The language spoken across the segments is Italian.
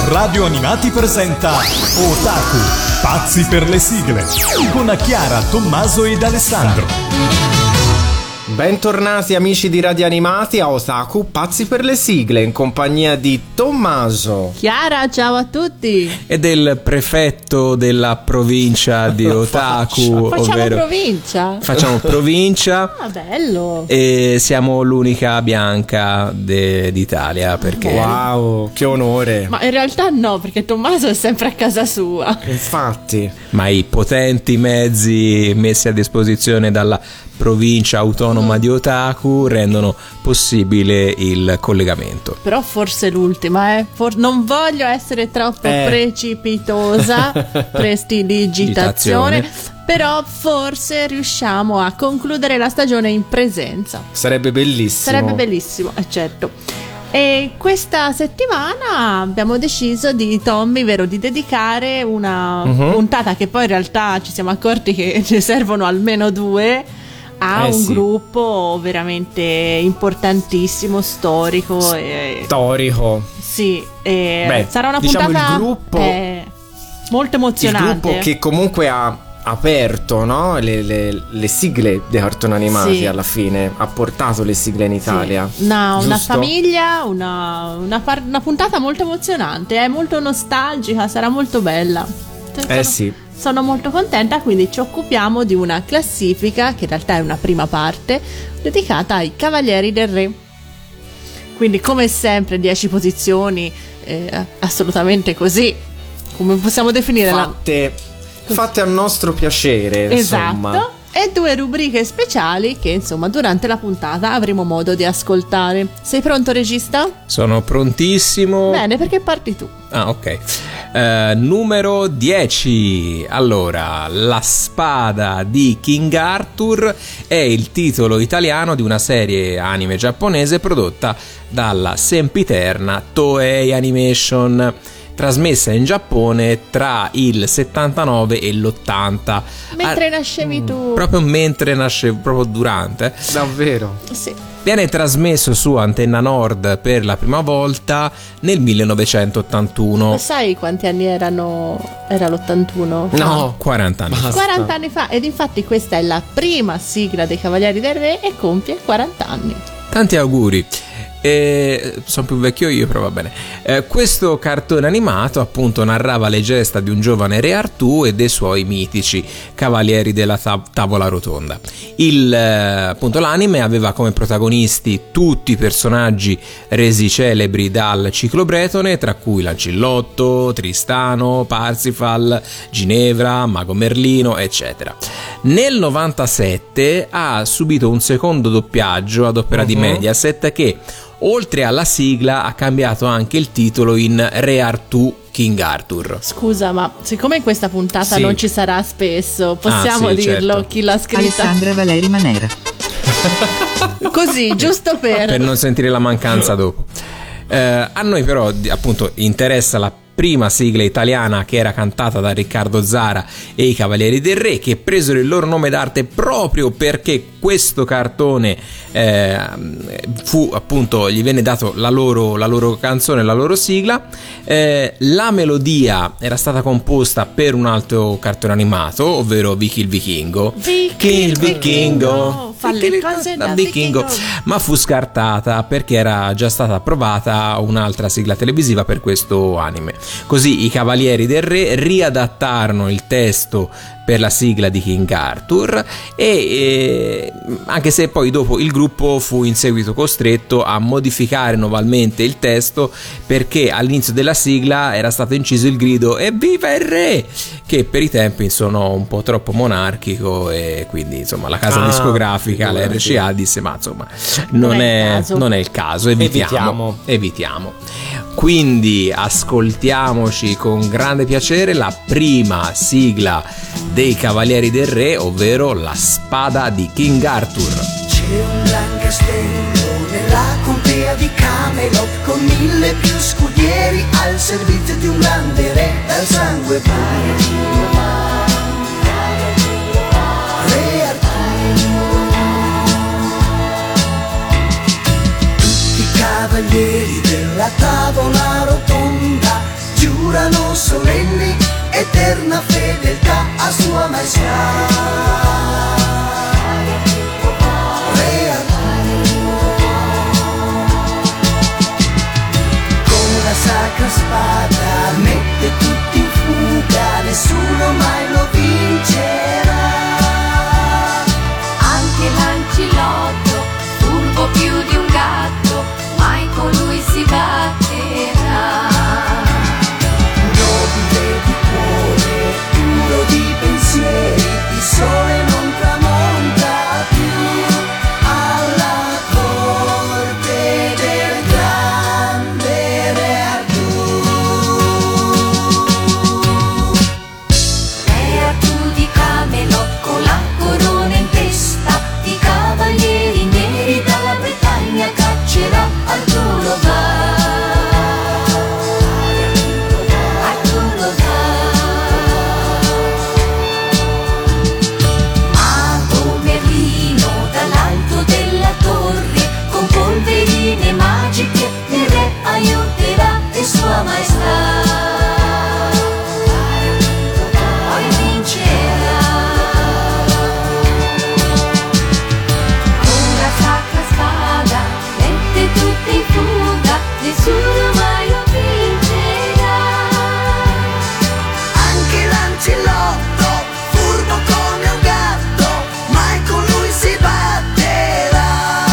Radio Animati presenta Otaku, pazzi per le sigle, con Chiara, Tommaso ed Alessandro. Bentornati amici di Radio Animati a Otaku, pazzi per le sigle, in compagnia di Tommaso, Chiara, ciao a tutti, e del prefetto della provincia di Otaku. Facciamo provincia. Ah, bello. E siamo l'unica bianca d'Italia, perché wow, che onore. Ma in realtà no, perché Tommaso è sempre a casa sua. Infatti. Ma i potenti mezzi messi a disposizione dalla provincia autonoma di Otaku rendono possibile il collegamento. Però forse l'ultima, non voglio essere troppo precipitosa, prestidigitazione, però forse riusciamo a concludere la stagione in presenza. Sarebbe bellissimo, certo. E questa settimana abbiamo deciso di dedicare una puntata che poi in realtà ci siamo accorti che ne servono almeno 2 a un gruppo veramente importantissimo, storico. Sì, sarà una puntata, il gruppo, molto emozionante. Il gruppo che comunque ha aperto, no? le sigle dei cartoni animati, alla fine ha portato le sigle in Italia. Una famiglia, una puntata molto emozionante, è molto nostalgica, sarà molto bella. Sono molto contenta, quindi ci occupiamo di una classifica che in realtà è una prima parte dedicata ai Cavalieri del Re. Quindi come sempre 10 posizioni, assolutamente così, come possiamo definire, fatte a nostro piacere, insomma. Esatto. E 2 rubriche speciali che insomma durante la puntata avremo modo di ascoltare. Sei pronto, regista? Sono prontissimo. Bene, perché parti tu. Ah, ok. Numero 10. Allora, La spada di King Arthur è il titolo italiano di una serie anime giapponese prodotta dalla sempiterna Toei Animation, trasmessa in Giappone tra il 79 e l'80. Mentre nascevi tu. Proprio mentre nascevo, proprio durante. Davvero? Sì. Viene trasmesso su Antenna Nord per la prima volta nel 1981. Ma sai quanti anni era l'81? No, 40 anni. Basta. 40 anni fa. Ed infatti questa è la prima sigla dei Cavalieri del Re e compie 40 anni. Tanti auguri. Sono più vecchio io, però va bene. Questo cartone animato appunto narrava le gesta di un giovane re Artù e dei suoi mitici cavalieri della tavola rotonda. L'anime aveva come protagonisti tutti i personaggi resi celebri dal ciclo bretone, tra cui Lancillotto, Tristano, Parsifal, Ginevra, Mago Merlino, eccetera. Nel 97 ha subito un secondo doppiaggio ad opera di Mediaset che, oltre alla sigla, ha cambiato anche il titolo in Re Artù King Arthur. Scusa, ma siccome in questa puntata non ci sarà spesso, possiamo dirlo, certo. Chi l'ha scritta? Alessandra Valeri Manera. Così, giusto per non sentire la mancanza dopo. A noi però appunto interessa la prima sigla italiana, che era cantata da Riccardo Zara e i Cavalieri del Re, che presero il loro nome d'arte proprio perché questo cartone fu appunto, gli venne dato la loro canzone, la loro sigla. La melodia era stata composta per un altro cartone animato, ovvero Vicky il Vichingo. Fa le cose da vichingo. Ma fu scartata perché era già stata approvata un'altra sigla televisiva per questo anime. Così i Cavalieri del Re riadattarono il testo per la sigla di King Arthur e anche se poi dopo il gruppo fu in seguito costretto a modificare nuovamente il testo, perché all'inizio della sigla era stato inciso il grido "Evviva il re!", che per i tempi sono un po' troppo monarchico, e quindi insomma la casa discografica, la RCA, disse ma insomma non è il caso, evitiamo. Quindi ascoltiamoci con grande piacere la prima sigla dei Cavalieri del Re, ovvero La spada di King Arthur. C'è un gran castello nella contea di Camelot, con 1000 più scudieri al servizio di un grande re dal sangue puro. Re Artù. Tutti i cavalieri della tavola rotonda giurano solenni eterna fedeltà a Sua Maestà. Sacra spada mette tutti in fuga, nessuno mai lo vincerà. Anche l'ancilotto, furbo più di un gatto, mai con lui si batterà. Nobile di cuore, puro di pensieri, il sole non tramonta più alla corte del grande re. Con la corona in testa, i cavalieri neri dalla Bretagna caccerà. Arturo va, Arturo va. Mago Merlino dall'alto della torre, con polverine magiche il re aiuterà e Sua Maestà. Nessuno mai lo vincerà. Anche l'ancilotto, furbo come un gatto, mai con lui si batterà.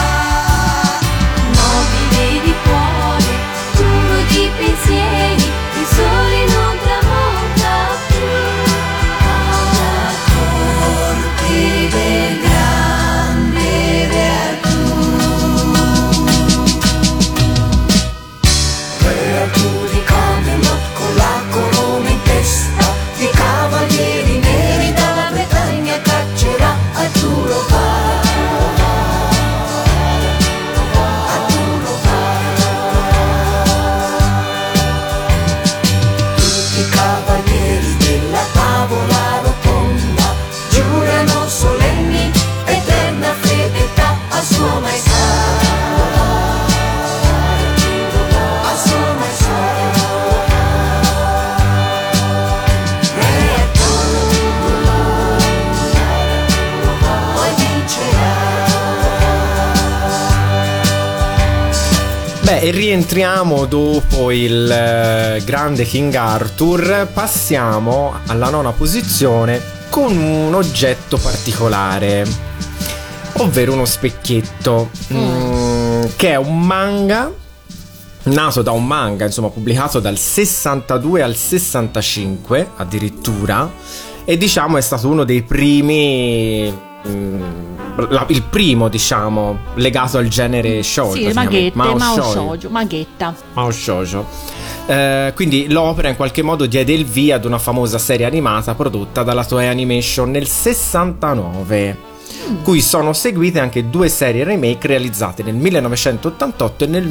Nobile di cuore, puro di pensieri, il sole non tramonta più. Alla corte del grande re Arturo di Camelot con la corona in testa, i cavalieri neri dalla Bretagna caccerà. Arturo va, Arturo va. Tutti i cavalieri della tavola rotonda giurano solenni eterna fedeltà a Sua Maestà. E rientriamo dopo il grande King Arthur. Passiamo alla nona posizione con un oggetto particolare, ovvero uno specchietto, che è un manga nato da un manga, insomma, pubblicato dal 62 al 65 addirittura, e diciamo è stato uno dei primi, il primo, diciamo, legato al genere shoujo. Sì, maghette, maghetta. Mao shoujo. Quindi l'opera in qualche modo diede il via ad una famosa serie animata prodotta dalla Toei Animation nel 69, cui sono seguite anche due serie remake realizzate nel 1988 e nel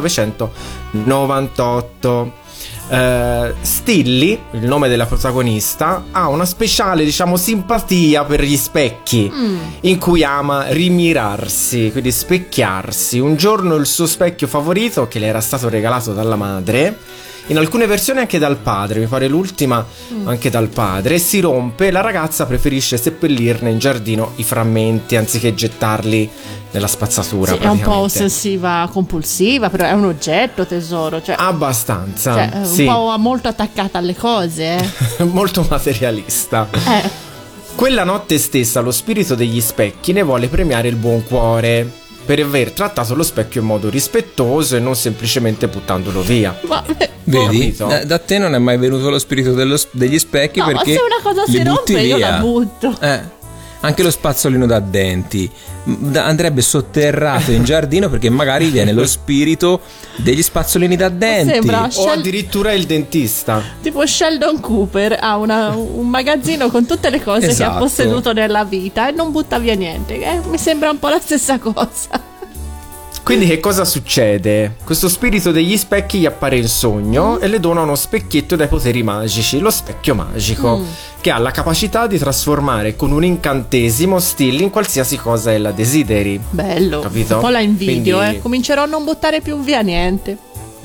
1998. Stilly, il nome della protagonista, ha una speciale, diciamo, simpatia per gli specchi, in cui ama rimirarsi, quindi specchiarsi. Un giorno il suo specchio favorito, che le era stato regalato dalla madre, in alcune versioni anche dal padre, mi pare l'ultima anche dal padre, si rompe. La ragazza preferisce seppellirne in giardino i frammenti anziché gettarli nella spazzatura. Sì, è un po' ossessiva compulsiva, però è un oggetto, tesoro, cioè, abbastanza, cioè, sì. Un po' molto attaccata alle cose, molto materialista. Quella notte stessa lo spirito degli specchi ne vuole premiare il buon cuore per aver trattato lo specchio in modo rispettoso e non semplicemente buttandolo via. Vedi, da te non è mai venuto lo spirito degli specchi, no, perché ma se una cosa si rompe io la butto. Anche lo spazzolino da denti andrebbe sotterrato in giardino, perché magari viene lo spirito degli spazzolini da denti. O addirittura il dentista. Tipo Sheldon Cooper ha un magazzino con tutte le cose che ha posseduto nella vita e non butta via niente, che mi sembra un po' la stessa cosa. Quindi che cosa succede? Questo spirito degli specchi gli appare in sogno e le dona uno specchietto dai poteri magici, lo specchio magico, che ha la capacità di trasformare con un incantesimo Stilly in qualsiasi cosa ella desideri. Bello, capito? Un po' la invidio. Quindi Comincerò a non buttare più via niente.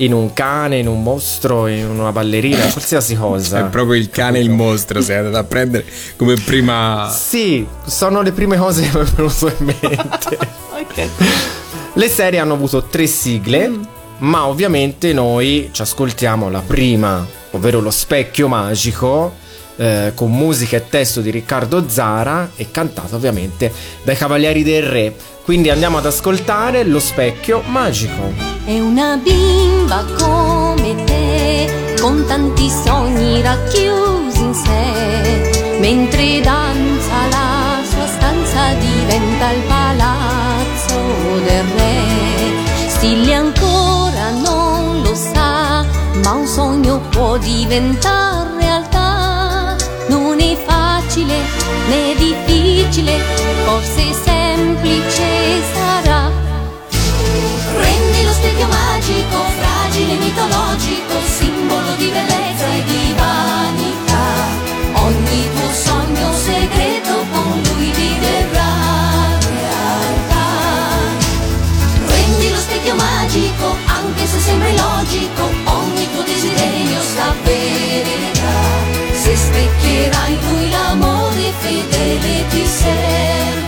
in un cane, in un mostro, in una ballerina, qualsiasi cosa. È proprio il cane e il mostro, sei andato a prendere come prima. Sì, sono le prime cose che mi è venuto in mente. Ok. Le serie hanno avuto 3 sigle, ma ovviamente noi ci ascoltiamo la prima, ovvero Lo Specchio Magico, con musica e testo di Riccardo Zara e cantata ovviamente dai Cavalieri del Re. Quindi andiamo ad ascoltare Lo Specchio Magico. È una bimba come te, con tanti sogni racchiusi in sé, mentre danza la sua stanza diventa il palazzo del re. Stille ancora non lo sa, ma un sogno può diventare realtà. Non è facile né difficile, forse semplice sarà. Prendi lo specchio magico, fragile, mitologico, simbolo di bellezza e di vanità. Ogni tuo sogno segreto con lui diverrà realtà. Prendi lo specchio magico, anche se sembra illogico, ogni tuo desiderio s'avvererà. Se specchierai in lui l'amore fedele ti servirà.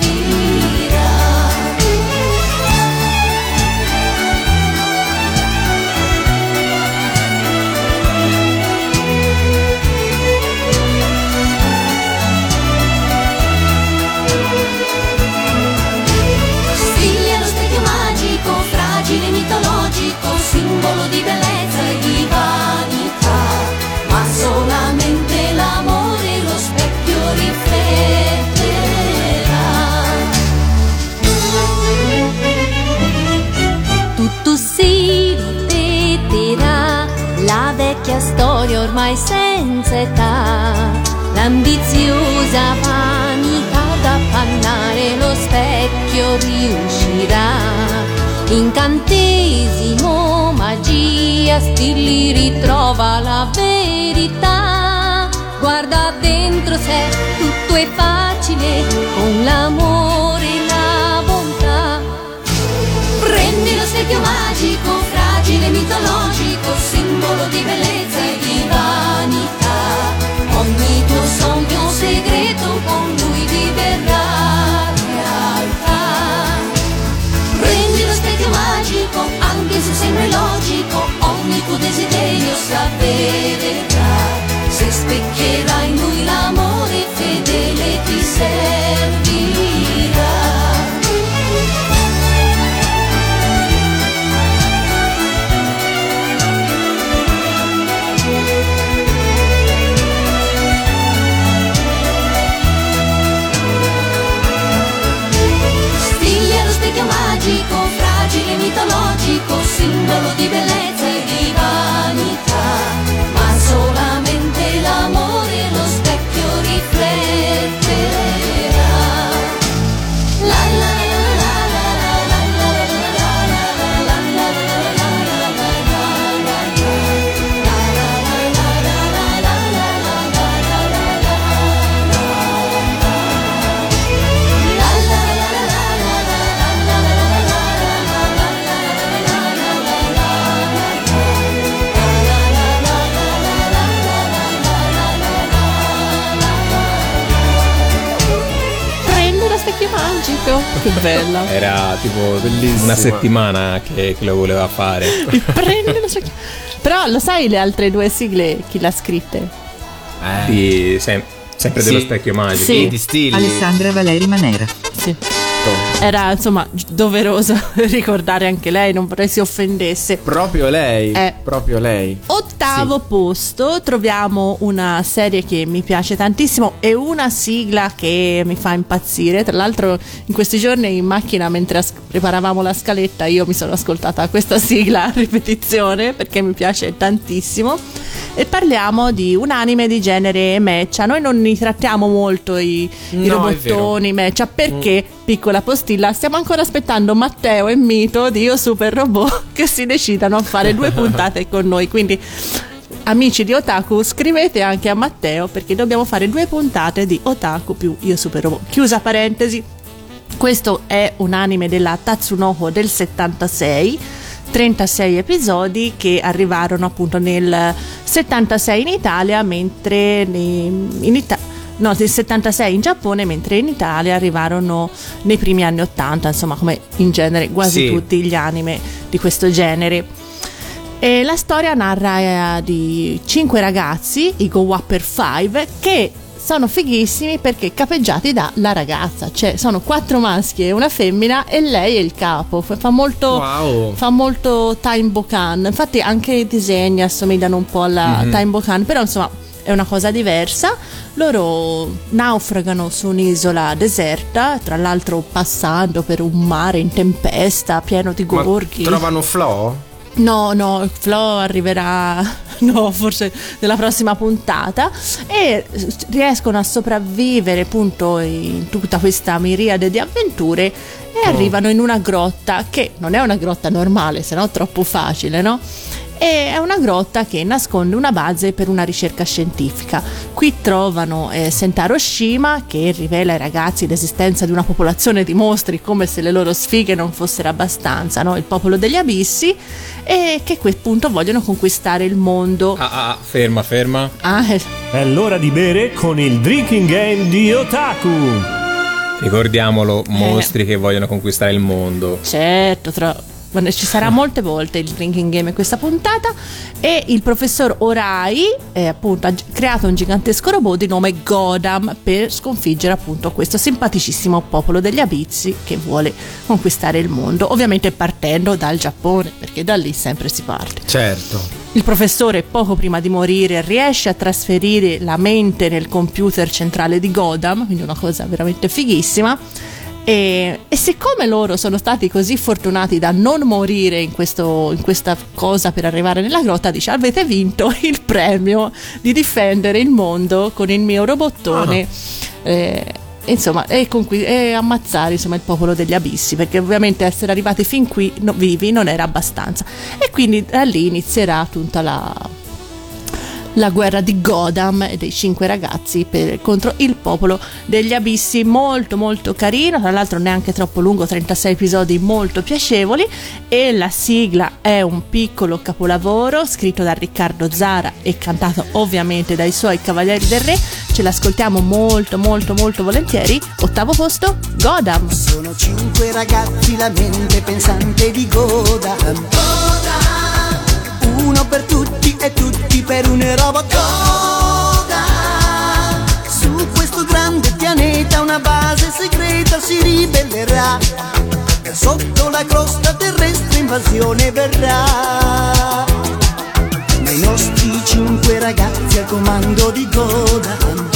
Stile lo specchio magico, fragile, mitologico, simbolo di bellezza e di vanità, ma solamente l'amore lo specchio rifletterà. Tutto si ripeterà, la vecchia storia ormai senza età, l'ambiziosa vanità da appannare lo specchio riuscirà. Incantesimo, magia, stili, ritrova la verità. Guarda dentro sé, tutto è facile, con l'amore e la bontà. Prendi lo specchio magico, fragile, mitologico, simbolo di bellezza e di vanità. Ogni tuo sogno segreto con lui diverrà realtà. Prendi lo specchio magico, anche se sembra illogico, ogni tuo desiderio s'avvererà. Se specchierai in lui l'amore fedele ti servirà. Stile lo specchio magico, fragile, mitologico, simbolo di bellezza e di vanità, ma solamente l'amore lo specchio rifletterà. La la la la la la la la la la Prendi lo specchio magico. Che bella. Era tipo Bellissima. una settimana che lo voleva fare. Prendi lo specchio. Però lo sai le altre 2 sigle chi l'ha scritte? Sempre Sì. dello specchio magico. Sì. Di stili. Alessandra Valeri Manera. Sì. Era insomma doveroso ricordare anche lei, non vorrei si offendesse. Proprio lei. Proprio lei. Ottavo posto troviamo una serie che mi piace tantissimo e una sigla che mi fa impazzire. Tra l'altro in questi giorni in macchina mentre preparavamo la scaletta io mi sono ascoltata questa sigla a ripetizione perché mi piace tantissimo. E parliamo di un anime di genere mecha. Noi non ne trattiamo molto i robottoni mecha perché, piccola postilla, stiamo ancora aspettando Matteo e Mito di Io Super Robot che si decidano a fare 2 puntate con noi. Quindi amici di Otaku, scrivete anche a Matteo perché dobbiamo fare 2 puntate di Otaku più Io Super Robot. Chiusa parentesi. Questo è un anime della Tatsunoko del 76 36 episodi che arrivarono appunto nel 76 in Italia, mentre nel 76 in Giappone, mentre in Italia arrivarono nei primi anni 80, insomma, come in genere quasi tutti gli anime di questo genere. E la storia narra di 5 ragazzi, i Go Whopper 5, che sono fighissimi perché capeggiati dalla ragazza, cioè sono 4 maschi e una femmina e lei è il capo. Fa molto Time Bokan, infatti anche i disegni assomigliano un po' alla Time Bokan, però insomma è una cosa diversa. Loro naufragano su un'isola deserta, tra l'altro passando per un mare in tempesta pieno di gorghi. Ma trovano Flo? No, Flo arriverà forse nella prossima puntata, e riescono a sopravvivere appunto in tutta questa miriade di avventure e arrivano in una grotta che non è una grotta normale, se no troppo facile, no? E è una grotta che nasconde una base per una ricerca scientifica. Qui trovano Sentaro Shima, che rivela ai ragazzi l'esistenza di una popolazione di mostri, come se le loro sfighe non fossero abbastanza, no? Il popolo degli abissi, e che a quel punto vogliono conquistare il mondo. Ferma. È l'ora di bere con il drinking game di Otaku. Ricordiamolo, mostri che vogliono conquistare il mondo. Certo, ci sarà molte volte il drinking game in questa puntata. E il professor Orai appunto ha creato un gigantesco robot di nome Godam per sconfiggere appunto questo simpaticissimo popolo degli abissi che vuole conquistare il mondo, ovviamente partendo dal Giappone, perché da lì sempre si parte. Certo. Il professore, poco prima di morire, riesce a trasferire la mente nel computer centrale di Godam, quindi una cosa veramente fighissima. E siccome loro sono stati così fortunati da non morire in questa cosa per arrivare nella grotta, dice: avete vinto il premio di difendere il mondo con il mio robottone, insomma, e ammazzare insomma il popolo degli abissi, perché ovviamente essere arrivati fin qui vivi non era abbastanza, e quindi da lì inizierà tutta la guerra di Godam e dei 5 ragazzi contro il popolo degli abissi. Molto molto carino, tra l'altro neanche troppo lungo, 36 episodi molto piacevoli, e la sigla è un piccolo capolavoro scritto da Riccardo Zara e cantato ovviamente dai suoi Cavalieri del Re. Ce l'ascoltiamo molto molto molto volentieri. 8° posto, Godam. Sono 5 ragazzi, la mente pensante di Godam. Uno per tutti e tutti per un robot. Godam. Su questo grande pianeta una base segreta si ribellerà. Sotto la crosta terrestre invasione verrà. Ma i nostri 5 ragazzi al comando di Godam,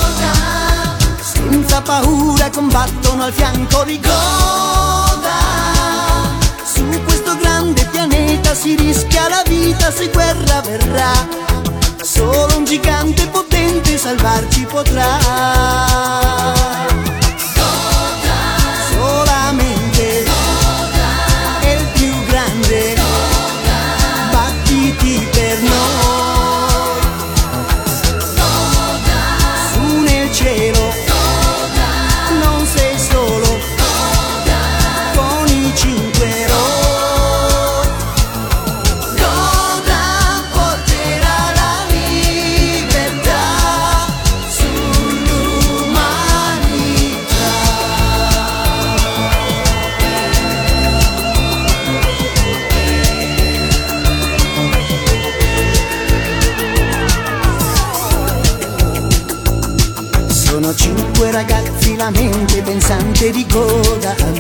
senza paura combattono al fianco di Godam. Su questo grande pianeta si rischia la vita se guerra verrà. Solo un gigante potente salvarci potrà. Solamente è il più grande. Battiti per noi. Su nel cielo non sei solo con i 5 eroi. Godam porterà la libertà sull'umanità. Sono 5 ragazzi, la mente pensante di Godam.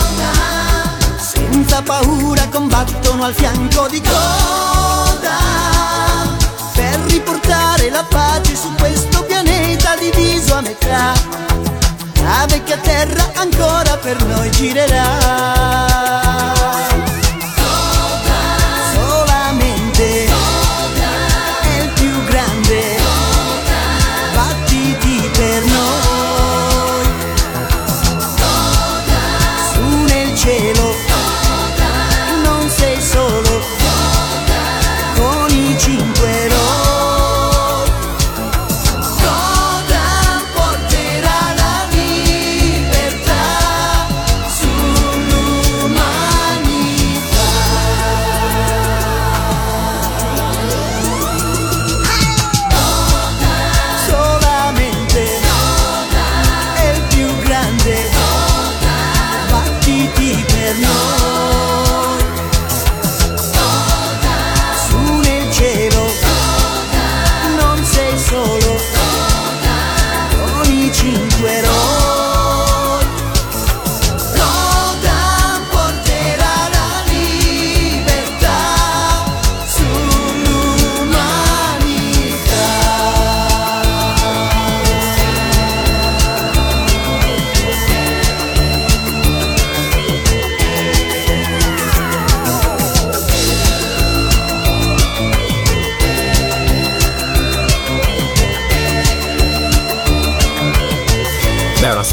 Senza paura combattono al fianco di Godam per riportare la pace su questo pianeta diviso a metà. Nave che a terra ancora per noi girerà. Solamente è il più grande. Battiti per noi. Su nel cielo non sei solo con i 5 eroi. Godam porterà la libertà sull'umanità.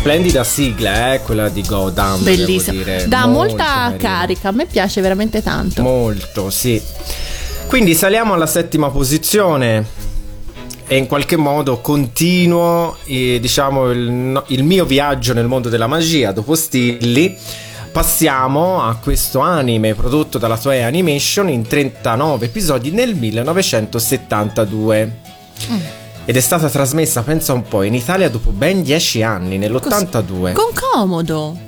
Splendida sigla, quella di Godam. Bellissima, dà molta carina. carica, a me piace veramente tanto. Molto, sì. Quindi saliamo alla 7ª posizione e in qualche modo continuo diciamo il mio viaggio nel mondo della magia. Dopo Stilli passiamo a questo anime prodotto dalla Toei Animation in 39 episodi nel 1972 ed è stata trasmessa, pensa un po', in Italia dopo ben 10 anni, nell'82. Con comodo.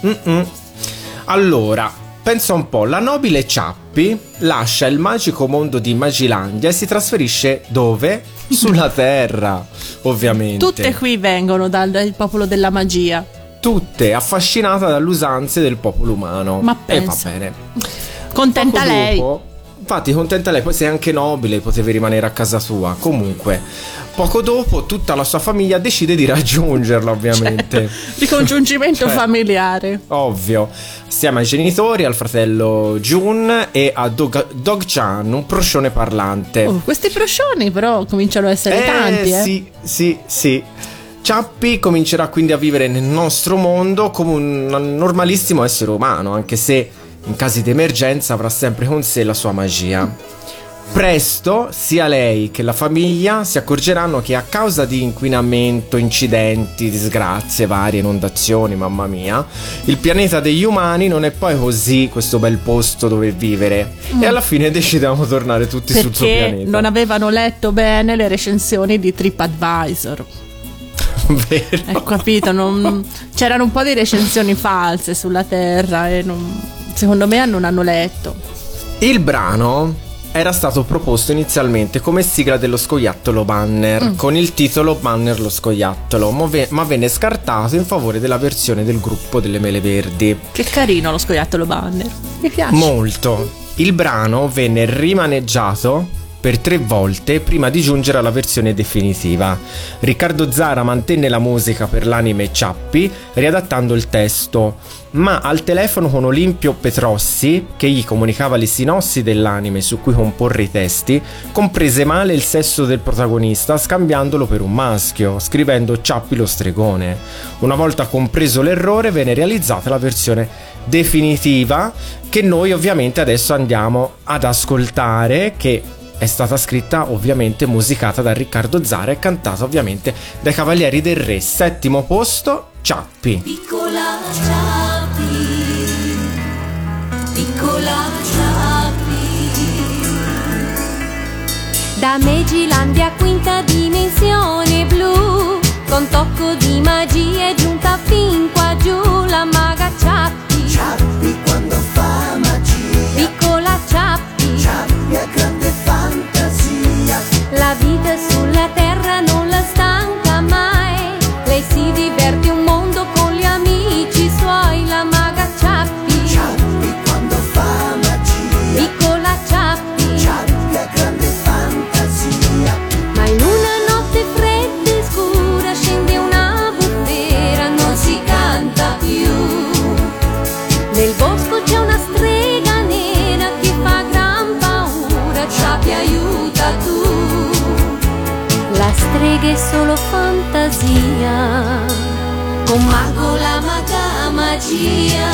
Allora, pensa un po', la nobile Ciappi lascia il magico mondo di Magilandia e si trasferisce dove? Sulla Terra, ovviamente. Tutte qui vengono dal popolo della magia. Tutte affascinate dalle usanze del popolo umano. Ma e pensa. va bene. Contenta Poco lei. dopo, infatti contenta lei, poi sei anche nobile, potevi rimanere a casa tua. Comunque, poco dopo tutta la sua famiglia decide di raggiungerla, ovviamente. Ricongiungimento familiare. Ovvio. Assieme ai genitori, al fratello Jun e a Dog-chan, un proscione parlante. Questi proscioni però cominciano a essere tanti. Sì. Ciappi comincerà quindi a vivere nel nostro mondo come un normalissimo essere umano, anche se in casi di emergenza avrà sempre con sé la sua magia. Presto sia lei che la famiglia si accorgeranno che a causa di inquinamento, incidenti, disgrazie, varie inondazioni, mamma mia, il pianeta degli umani non è poi così questo bel posto dove vivere e alla fine decidono di tornare tutti sul suo Perché pianeta. non avevano letto bene le recensioni di TripAdvisor. Vero. Capito? C'erano un po' di recensioni false sulla Terra e secondo me non hanno letto. Il brano era stato proposto inizialmente come sigla dello scoiattolo Banner, con il titolo Banner lo scoiattolo, ma venne scartato in favore della versione del gruppo delle Mele Verdi. Che carino lo scoiattolo Banner, mi piace. Molto. Il brano venne rimaneggiato per 3 volte prima di giungere alla versione definitiva. Riccardo Zara mantenne la musica per l'anime Ciappi, riadattando il testo, ma al telefono con Olimpio Petrossi, che gli comunicava le sinossi dell'anime su cui comporre i testi, comprese male il sesso del protagonista, scambiandolo per un maschio, scrivendo Ciappi lo stregone. Una volta compreso l'errore, venne realizzata la versione definitiva, che noi ovviamente adesso andiamo ad ascoltare, che è stata scritta ovviamente, musicata da Riccardo Zara e cantata ovviamente dai Cavalieri del Re. 7° posto, Ciappi. Piccola Ciappi, piccola Ciappi, da Magilandia 5ª dimensione blu, con tocco di magia è giunta fin qua giù la maga Ciappi. Ciappi quando fa magia, Piccola Ciappi, Ciappi ha grande fantasia. la vita sulla terra non la stanca mai, lei si diverte un mondo con gli amici suoi, la maga Ciappi. Ciappi quando fa magia, Piccola Ciappi, Ciappi ha grande fantasia. ma in una notte fredda e scura scende una bufera, non si canta più. Nel bosco c'è una strega nera che fa gran paura, Ciappi aiuta tu. La strega è solo fantasia, con mago la maga magia.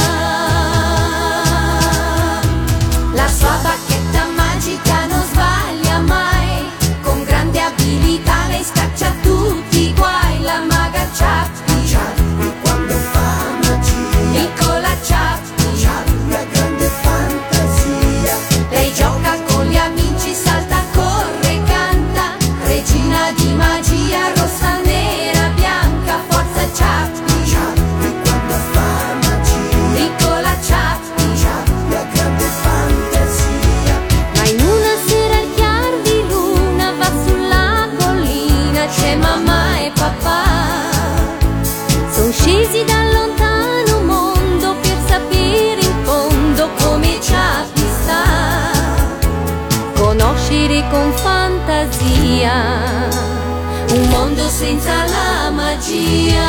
La sua bacchetta magica non sbaglia mai, con grande abilità lei scaccia tutti i guai, la maga Ciappi. Ciappi quando fa magia, Piccola Ciappi, Ciappi ha grande fantasia. lei gioca con gli amici, salta, corre, canta, regina di magia, rossa, nera, bianca, forza Ciappi. Ciappi quando fa magia, Piccola Ciappi, Ciappi ha grande fantasia. ma in una sera al chiar di luna va sulla collina, c'è mamma e papà. Son scesi dal lontano mondo per sapere in fondo come Ciappi sta, conoscere con fantasia un mondo senza la magia.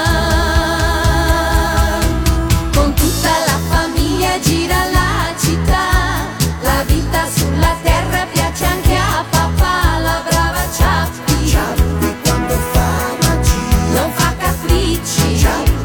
Con tutta la famiglia gira la città, la vita sulla terra piace anche a papà, la brava Ciappi. Ciappi quando fa magia, Non fa capricci, Ciappi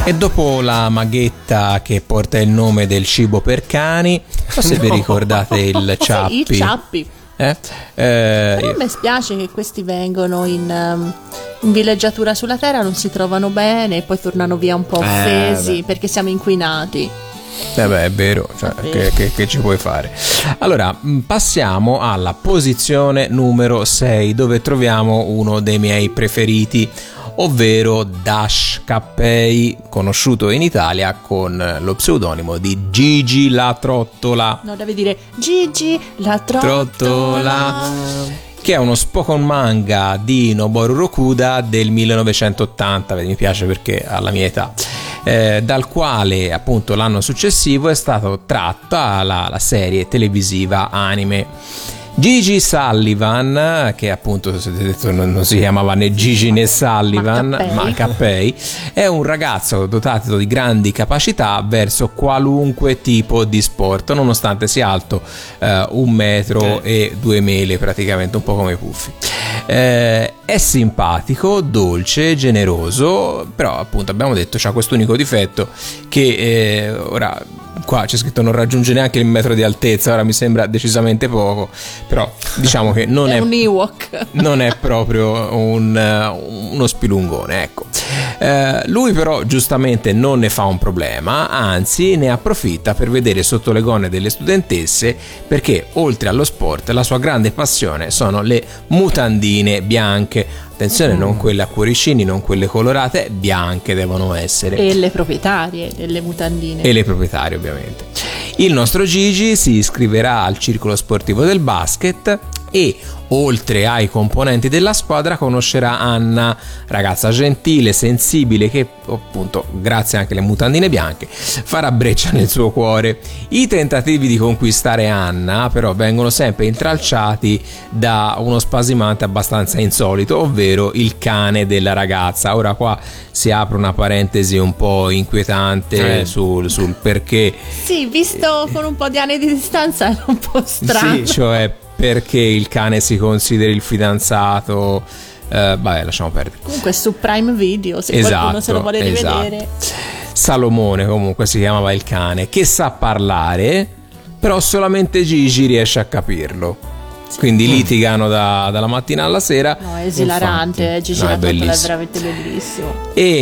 E dopo la maghetta che porta il nome del cibo per cani, non so se vi ricordate il Ciappi. Sì, il Ciappi. Però mi spiace che questi vengono in villeggiatura sulla terra, non si trovano bene e poi tornano via un po' offesi perché siamo inquinati. Beh, è vero, cioè, che ci puoi fare? Allora, passiamo alla posizione numero 6, dove troviamo uno dei miei preferiti, ovvero Dash Cappei, conosciuto in Italia con lo pseudonimo di Gigi la Trottola. No, devi dire Gigi la Trottola, che è uno Spokon manga di Noboru Rokuda del 1980, mi piace perché ha la mia età, dal quale appunto l'anno successivo è stato tratta la serie televisiva anime. Gigi Sullivan, che appunto detto, non si chiamava né Gigi né Sullivan, ma Cappei, è un ragazzo dotato di grandi capacità verso qualunque tipo di sport, nonostante sia alto 1 metro e 2 mele, praticamente un po' come i Puffi. È simpatico, dolce, generoso, però appunto abbiamo detto c'ha quest'unico difetto che ora qua c'è scritto non raggiunge neanche il metro di altezza, ora mi sembra decisamente poco, però diciamo che non è un Ewok, non è proprio uno spilungone, ecco. Lui però giustamente non ne fa un problema, anzi ne approfitta per vedere sotto le gonne delle studentesse, perché oltre allo sport la sua grande passione sono le mutandine bianche. Attenzione, non quelle a cuoricini, non quelle colorate, bianche devono essere. E le proprietarie delle mutandine. E le proprietarie, ovviamente. Il nostro Gigi si iscriverà al circolo sportivo del basket e, oltre ai componenti della squadra, conoscerà Anna, ragazza gentile, sensibile, che appunto, grazie anche alle mutandine bianche, farà breccia nel suo cuore. I tentativi di conquistare Anna però vengono sempre intralciati da uno spasimante abbastanza insolito, ovvero il cane della ragazza. Ora qua si apre una parentesi un po' inquietante sul perché. Sì, visto con un po' di anni di distanza è un po' strano. Sì, cioè perché il cane si consideri il fidanzato. Vabbè, lasciamo perdere. Comunque è su Prime Video, se qualcuno se lo vuole rivedere. Salomone comunque si chiamava il cane, che sa parlare, però solamente Gigi riesce a capirlo. Quindi litigano dalla mattina alla sera. No, è esilarante, Gigi la Trottola è veramente bellissimo.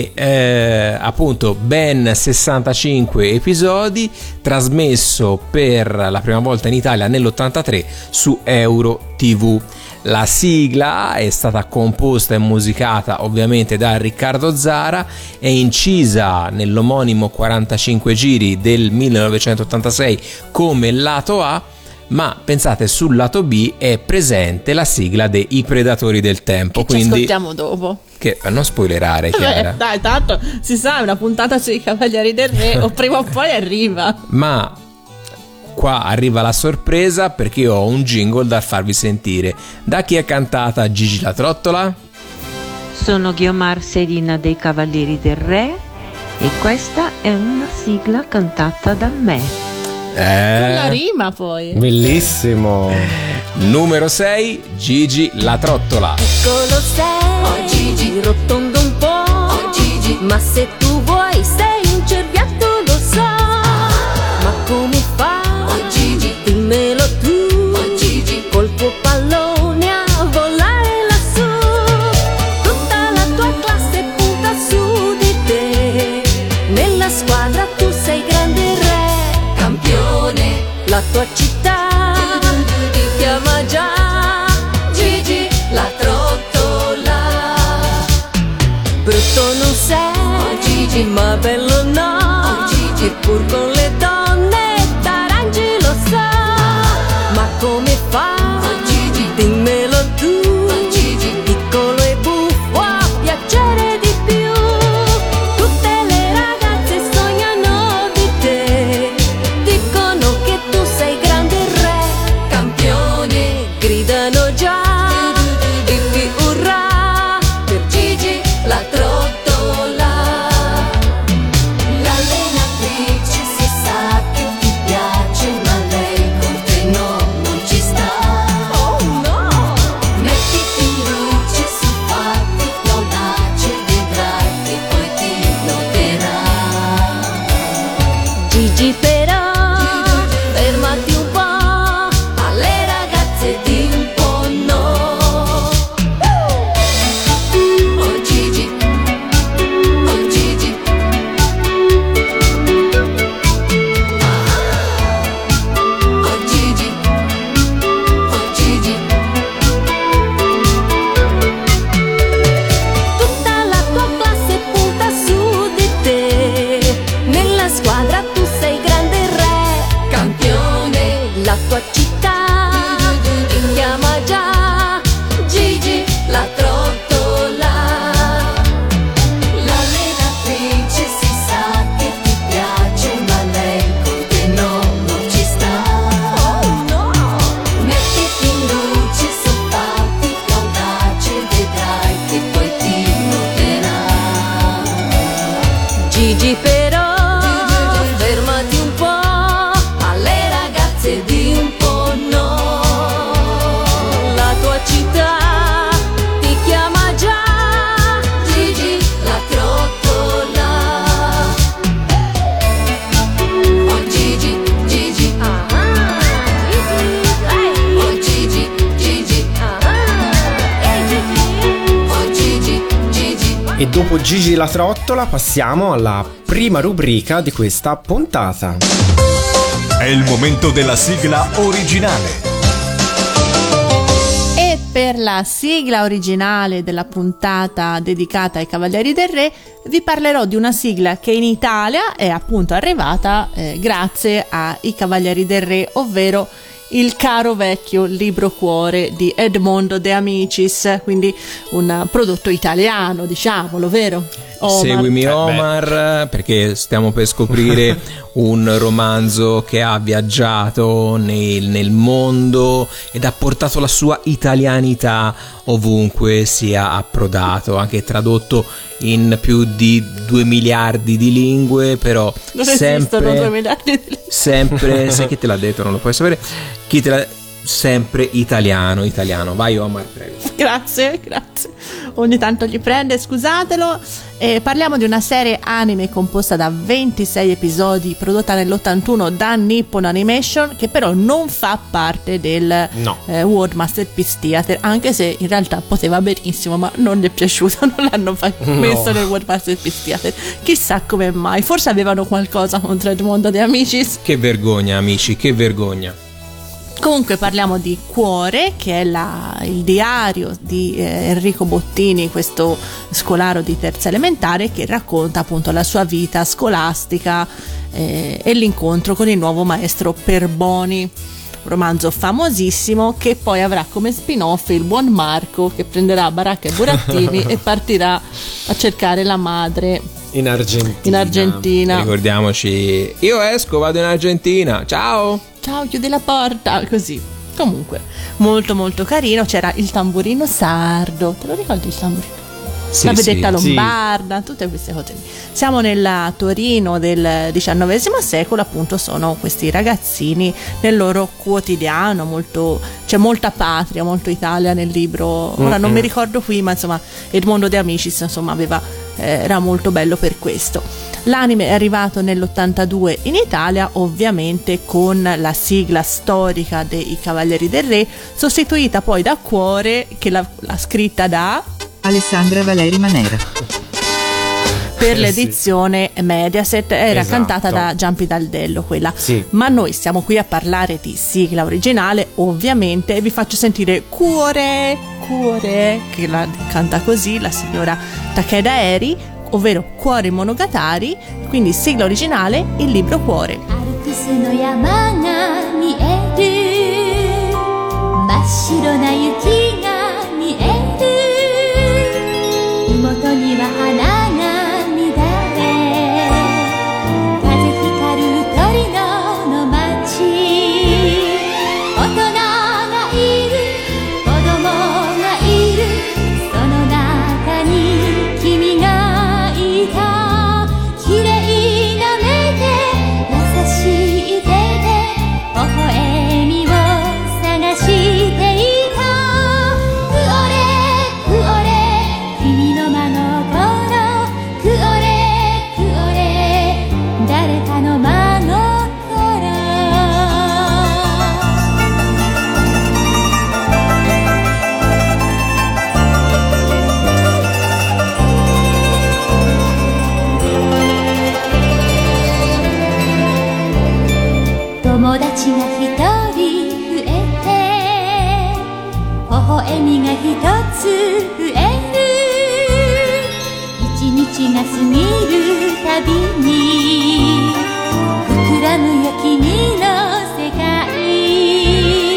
E appunto ben 65 episodi, trasmesso per la prima volta in Italia nell'83 su Euro TV. La sigla è stata composta e musicata ovviamente da Riccardo Zara, è incisa nell'omonimo 45 giri del 1986 come lato A, ma pensate, sul lato B è presente la sigla dei I Predatori del Tempo. Che quindi ci ascoltiamo dopo. Che non spoilerare, Chiara. Dai, tanto si sa, è una puntata sui Cavalieri del Re, o prima o poi arriva. Ma qua arriva la sorpresa, perché io ho un jingle da farvi sentire. Da chi è cantata Gigi la Trottola? Sono Ghiomar Serina dei Cavalieri del Re e questa è una sigla cantata da me. Con la rima poi. Bellissimo. Numero 6, Gigi la Trottola. Piccolo sei, oh Gigi, rotondo un po', oh Gigi, ma se tu vuoi sei un cerbiatto, lo so. Ma come fa, oh Gigi, dimmelo tu, oh Gigi, col tuo pallone a volare lassù. Tutta la tua classe punta su di te, nella squadra tu sei grande re, campione, la tua città ti chiama già Gigi la Trottola. Brutto non sei, oh Gigi, ma bello no, oh Gigi, pur con le donne t'arrangi, lo so. Ma come fa, oh Gigi, dimmelo tu, oh Gigi, piccolo e buffo a piacere di più. Tutte le ragazze sognano di te, dicono che tu sei grande re, campione, gridano già Vivi urrà per Gigi la Trottola. L'allenatrice si città ti chiama già Gigi la trottola. L'allenatrice si sa che ti piace, ma lei con te non ci sta. Oh no! Mettiti in luce, simpatica, audace, vedrai che poi ti noterà. Gigi però, fermati un po', alle ragazze di un po' no. La tua città ti chiama già Gigi la trottola. Oh Gigi, Gigi, oh Gigi, Gigi, oh Gigi, Gigi. E dopo Gigi la trottola passiamo alla prima rubrica di questa puntata. È il momento della sigla originale. E per la sigla originale della puntata dedicata ai Cavalieri del Re vi parlerò di una sigla che in Italia è appunto arrivata grazie ai Cavalieri del Re, ovvero il caro vecchio libro cuore di Edmondo De Amicis, quindi un prodotto italiano, diciamolo, vero? Omar. Seguimi Omar, perché stiamo per scoprire un romanzo che ha viaggiato nel mondo ed ha portato la sua italianità ovunque sia approdato, anche tradotto in più di 2 miliardi di lingue, però non sempre esistono 2 miliardi di lingue. Sempre, sai chi te l'ha detto, non lo puoi sapere, chi te l'ha sempre italiano. Vai Omar, prego. Grazie. Ogni tanto gli prende, scusatelo. Parliamo di una serie anime composta da 26 episodi, prodotta nell'81 da Nippon Animation, che però non fa parte del World Masterpiece Theater, anche se in realtà poteva benissimo, ma non gli è piaciuto, non l'hanno messo nel World Masterpiece Theater. Chissà come mai, forse avevano qualcosa contro Edmondo De Amicis. Che vergogna, amici, che vergogna. Comunque parliamo di Cuore, che è il diario di Enrico Bottini, questo scolaro di terza elementare, che racconta appunto la sua vita scolastica e l'incontro con il nuovo maestro Perboni. Un romanzo famosissimo che poi avrà come spin-off il buon Marco, che prenderà Baracca e Burattini e partirà a cercare la madre in Argentina. Ricordiamoci, io esco, vado in Argentina, ciao, chiudi la porta, così. Comunque molto molto carino. C'era il tamburino sardo, te lo ricordi il tamburino? Sì, la vedetta sì, lombarda, tutte queste cose. Siamo nella Torino del XIX secolo, appunto. Sono questi ragazzini nel loro quotidiano, c'è molta patria, molto Italia nel libro. Ora non mi ricordo qui, ma insomma Edmondo De Amicis insomma era molto bello per questo. L'anime è arrivato nell'82 in Italia, ovviamente con la sigla storica dei Cavalieri del Re, sostituita poi da Cuore, che l'ha scritta da Alessandra Valeri Manera. Per l'edizione Mediaset era cantata da Giampi Daldello quella. Sì. Ma noi stiamo qui a parlare di sigla originale, ovviamente, e vi faccio sentire Cuore, che la canta così la signora Takeda Eri, ovvero Cuore Monogatari, quindi sigla originale, il libro Cuore. 麓には花が乱れ風光るトリノの街大人がいる子供がいるその中に君がいた綺麗な目で優しい手で微笑みを探していた君の真心クオレ誰かの真心友達が一人増えて微笑みが一つ増える一日が過ぎるたびに膨らむよ君の世界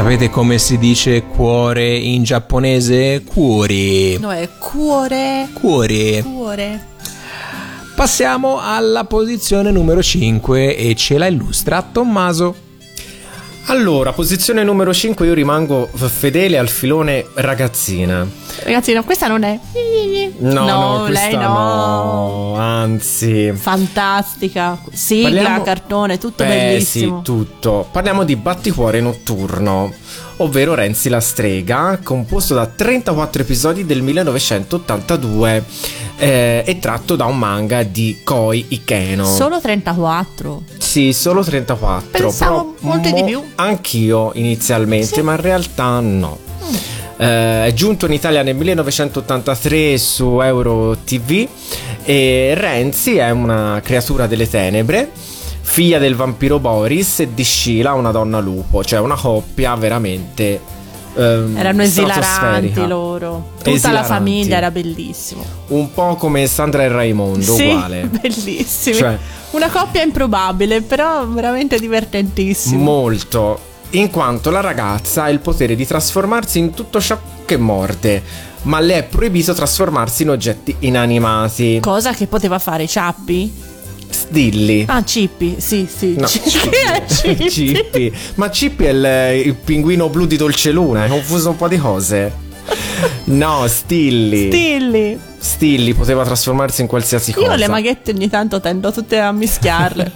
Sapete come si dice cuore in giapponese? Cuori. No, è cuore. Cuore. Passiamo alla posizione numero 5 e ce la illustra Tommaso. Allora, posizione numero 5, io rimango fedele al filone ragazzina. Ragazzi, no, questa non è. No, lei questa no. Anzi, fantastica. Sigla, cartone, tutto bellissimo. Sì, tutto. Parliamo di Batticuore Notturno, ovvero Renzi la strega, composto da 34 episodi del 1982 e tratto da un manga di Koi Ikeno. Solo 34? Sì, solo 34. Pensavo molti di più. Anch'io inizialmente, sì. Ma in realtà no. È giunto in Italia nel 1983 su Euro TV e Renzi è una creatura delle tenebre, figlia del vampiro Boris e di Sheila, una donna lupo, cioè una coppia veramente erano esilaranti loro, tutta la famiglia era bellissimo, un po' come Sandra e Raimondo, sì, uguale, bellissimi, cioè, una coppia improbabile però veramente divertentissimo, molto, in quanto la ragazza ha il potere di trasformarsi in tutto ciò che morde, ma le è proibito trasformarsi in oggetti inanimati, cosa che poteva fare Ciappi? Stilli. Ah, Cippy, sì. No, Cippy. Ma Cippy è il pinguino blu di Dolceluna, hai confuso un po' di cose. No, Stilli poteva trasformarsi in qualsiasi cosa. Io le maghette ogni tanto tendo tutte a mischiarle.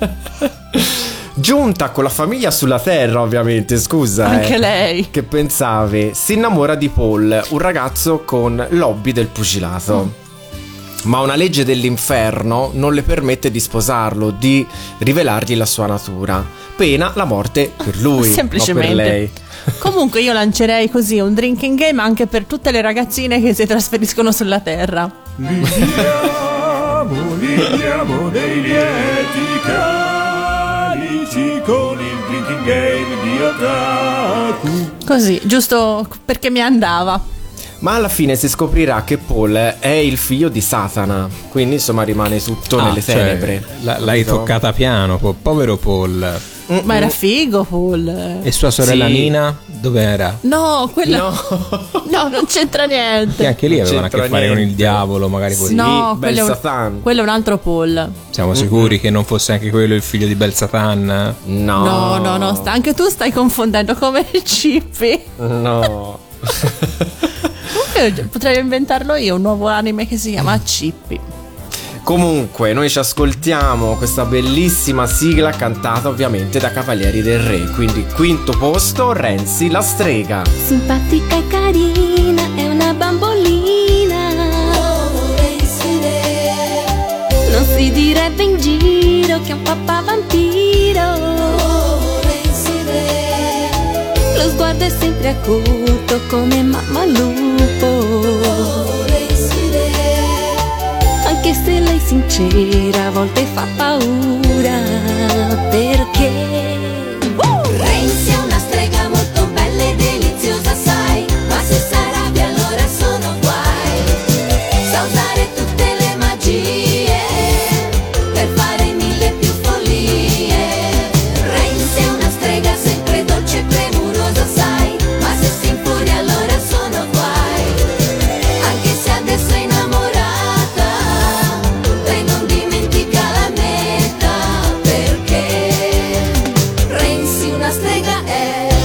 Giunta con la famiglia sulla terra, ovviamente, scusa. Anche lei. Che pensavi? Si innamora di Paul, un ragazzo con l'hobby del pugilato. Ma una legge dell'inferno non le permette di sposarlo, di rivelargli la sua natura. Pena la morte per lui, semplicemente. Non per lei. Comunque io lancerei così un drinking game anche per tutte le ragazzine che si trasferiscono sulla terra. Liviamo dei lieti calici con il drinking game di Otaku. Così, giusto perché mi andava. Ma alla fine si scoprirà che Paul è il figlio di Satana, quindi insomma rimane tutto nelle tenebre. L'hai toccata piano, povero Paul. Ma era figo Paul. E sua sorella sì. Nina dov'era? No, quella no, non c'entra niente. Che anche lì avevano a che fare con il diavolo, magari sì, così. No, quello è un altro Paul. Siamo sicuri che non fosse anche quello il figlio di Belsatan? No, anche tu stai confondendo come il Cippy. No. Potrei inventarlo io, un nuovo anime che si chiama Cippy. Comunque noi ci ascoltiamo questa bellissima sigla cantata ovviamente da Cavalieri del Re. Quindi quinto posto, Renzi la strega. Simpatica e carina, è una bambolina. Oh, Renzi Re. Non si direbbe in giro che è un papà vampiro. Oh, Renzi Re. Lo sguardo è sempre acuto come mamma lupo. Oh, Renzi Re. Anche se lei sincera a volte fa paura, perché Renzi è una strega molto bella e deliziosa, sai, ma se s'arrabbia allora sono guai. Sa usare tutte le magie per fare mille più follie. Renzi è una strega sempre dolce e premurosa, sai, ma se si infuria allora sono guai. Anche se adesso è innamorata, lei non dimentica la meta, perché Renzi una strega è.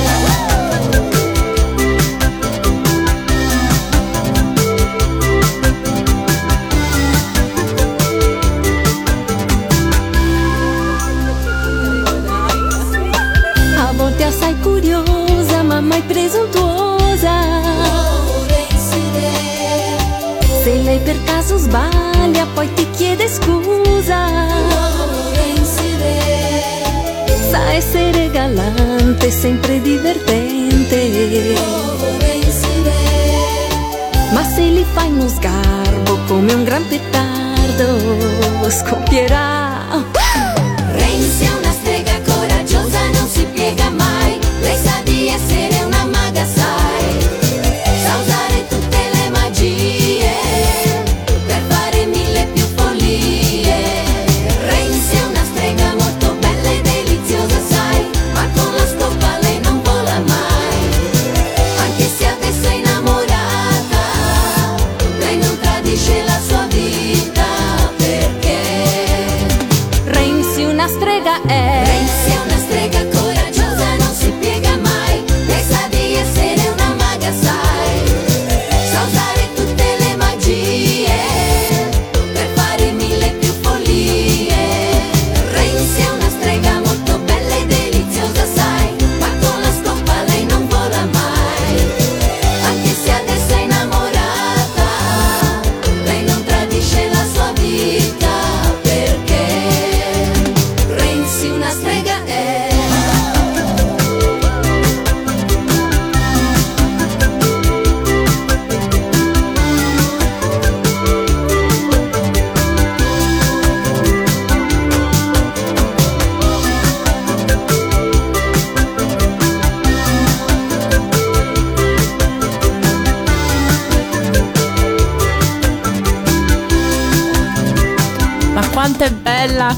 A volte assai curiosa, ma mai presuntuosa. Oh, Renzi Re. Se lei per caso sbaglia, poi ti chiede scusa. Oh, Renzi Re. Sa essere galante, sempre divertente. Oh, Renzi Re. Ma se li fai uno sgarbo come un gran petardo, scoppierà. Renzi è una strega coraggiosa, non si piega mai. Lei sa di essere una maga, sai. Sa usare tutte le magie per fare mille più follie. Renzi è una strega molto bella e deliziosa, sai, ma con la scopa lei non vola mai.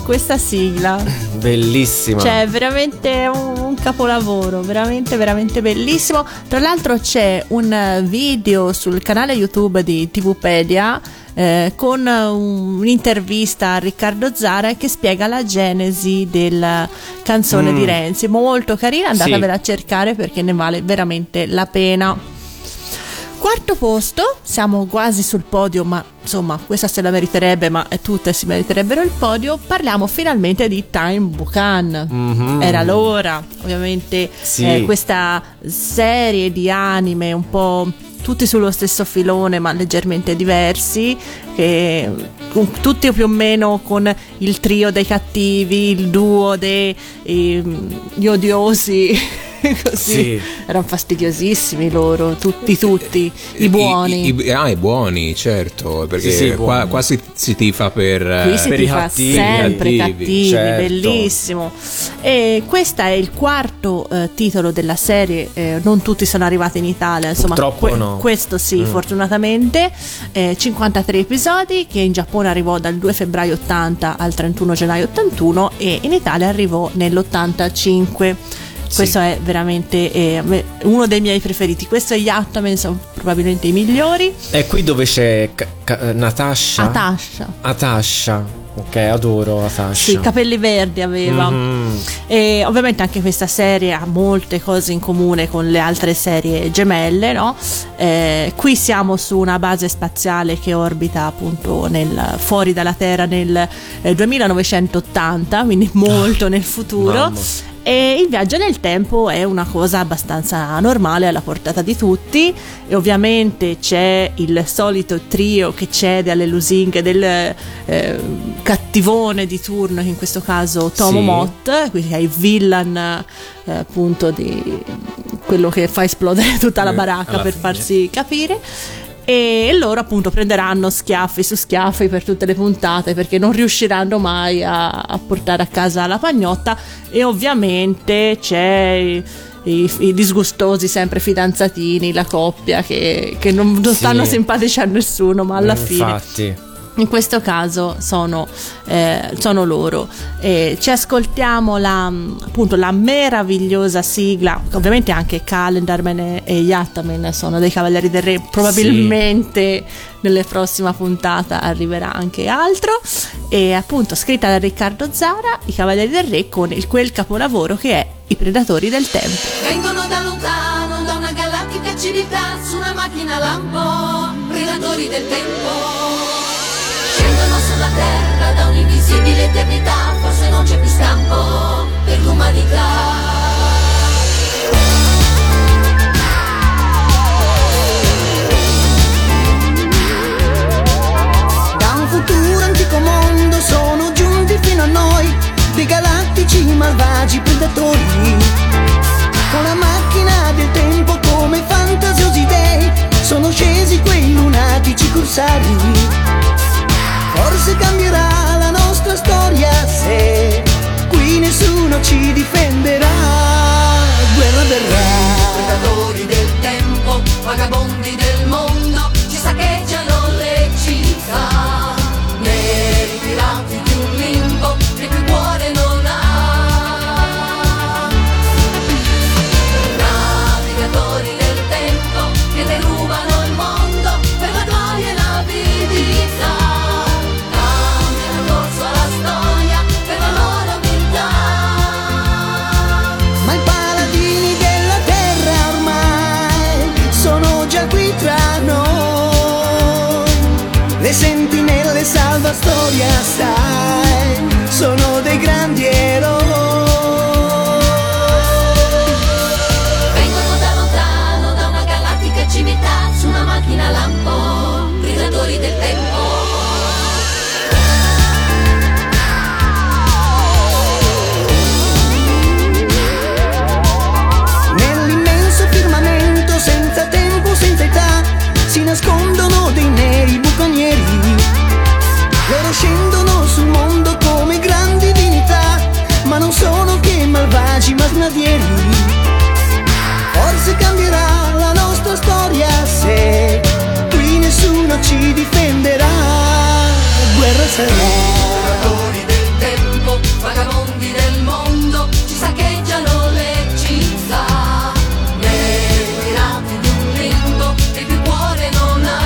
questa sigla. Bellissima. Cioè, veramente un capolavoro, veramente, veramente bellissimo. Tra l'altro c'è un video sul canale YouTube di TVpedia con un'intervista a Riccardo Zara che spiega la genesi della canzone di Renzi. Molto carina, andatevela a cercare perché ne vale veramente la pena. Quarto posto, siamo quasi sul podio, ma insomma questa se la meriterebbe, ma tutte si meriterebbero il podio. Parliamo finalmente di Time Buchan. Era l'ora, ovviamente, questa serie di anime un po' tutti sullo stesso filone ma leggermente diversi, tutti più o meno con il trio dei cattivi, il duo gli odiosi. Così erano fastidiosissimi loro, tutti i buoni. I buoni, certo, perché qua si tifa per qui si per tifa i cattivi, sempre cattivi, certo. Bellissimo. E questo è il quarto titolo della serie, non tutti sono arrivati in Italia, insomma. Purtroppo no. Questo fortunatamente 53 episodi, che in Giappone arrivò dal 2 febbraio 80 al 31 gennaio 81 e in Italia arrivò nell'85. Questo è veramente uno dei miei preferiti. Questo e Yattaman sono probabilmente i migliori. È qui dove c'è Natasha. Atasha. Ok, adoro Atasha. Sì, capelli verdi aveva. E ovviamente anche questa serie ha molte cose in comune con le altre serie gemelle, no? Qui siamo su una base spaziale che orbita appunto fuori dalla Terra nel 2980, quindi molto nel futuro. Mamma. E il viaggio nel tempo è una cosa abbastanza normale, alla portata di tutti, e ovviamente c'è il solito trio che cede alle lusinghe del cattivone di turno, che in questo caso Tomo Mott, quindi è il villain appunto di quello che fa esplodere tutta la baracca per farsi capire. E loro appunto prenderanno schiaffi su schiaffi per tutte le puntate, perché non riusciranno mai a portare a casa la pagnotta. E ovviamente c'è i disgustosi sempre fidanzatini, la coppia che non stanno simpatici a nessuno, ma alla fine in questo caso sono loro. Ci ascoltiamo appunto la meravigliosa sigla. Ovviamente anche Calendarman e Yattaman sono dei Cavalieri del Re, probabilmente nelle prossime puntate arriverà anche altro. E appunto scritta da Riccardo Zara, i Cavalieri del Re, con quel capolavoro che è I Predatori del Tempo. Vengono da lontano, da una galattica civiltà, su una macchina lampo, predatori del tempo. Scendono sulla terra da un'invisibile eternità, forse non c'è più scampo per l'umanità. Da un futuro antico mondo sono giunti fino a noi dei galattici malvagi predatori. Con la macchina del tempo come fantasiosi dei sono scesi quei lunatici corsari. Forse cambierà la nostra storia se qui nessuno ci difenderà. Guerra verrà. Predatori del tempo, vagabondi del mondo, ci saccheggiano le città. Neri pirati di un limbo che più cuore non ha. Navigatori del tempo che derubano il mondo per la gloria e l'avidità. Ma i paladini della terra ormai sono già qui tra noi. Le sentinelle salva storia, sai, sono dei grandi eroi. Vengono da lontano, da una galattica civiltà, su una macchina lampo, predatori del tempo. Nell'immenso firmamento, senza tempo, senza età, si nascondono dei neri bucanieri. Loro scendono sul mondo come grandi divinità, ma non sono che malvagi masnadieri. Forse cambierà la nostra storia se qui nessuno ci difenderà. Guerra sarà. Predatori del tempo. vagabondi del mondo ci saccheggiano le città, nei pirati di un limbo che più cuore non ha.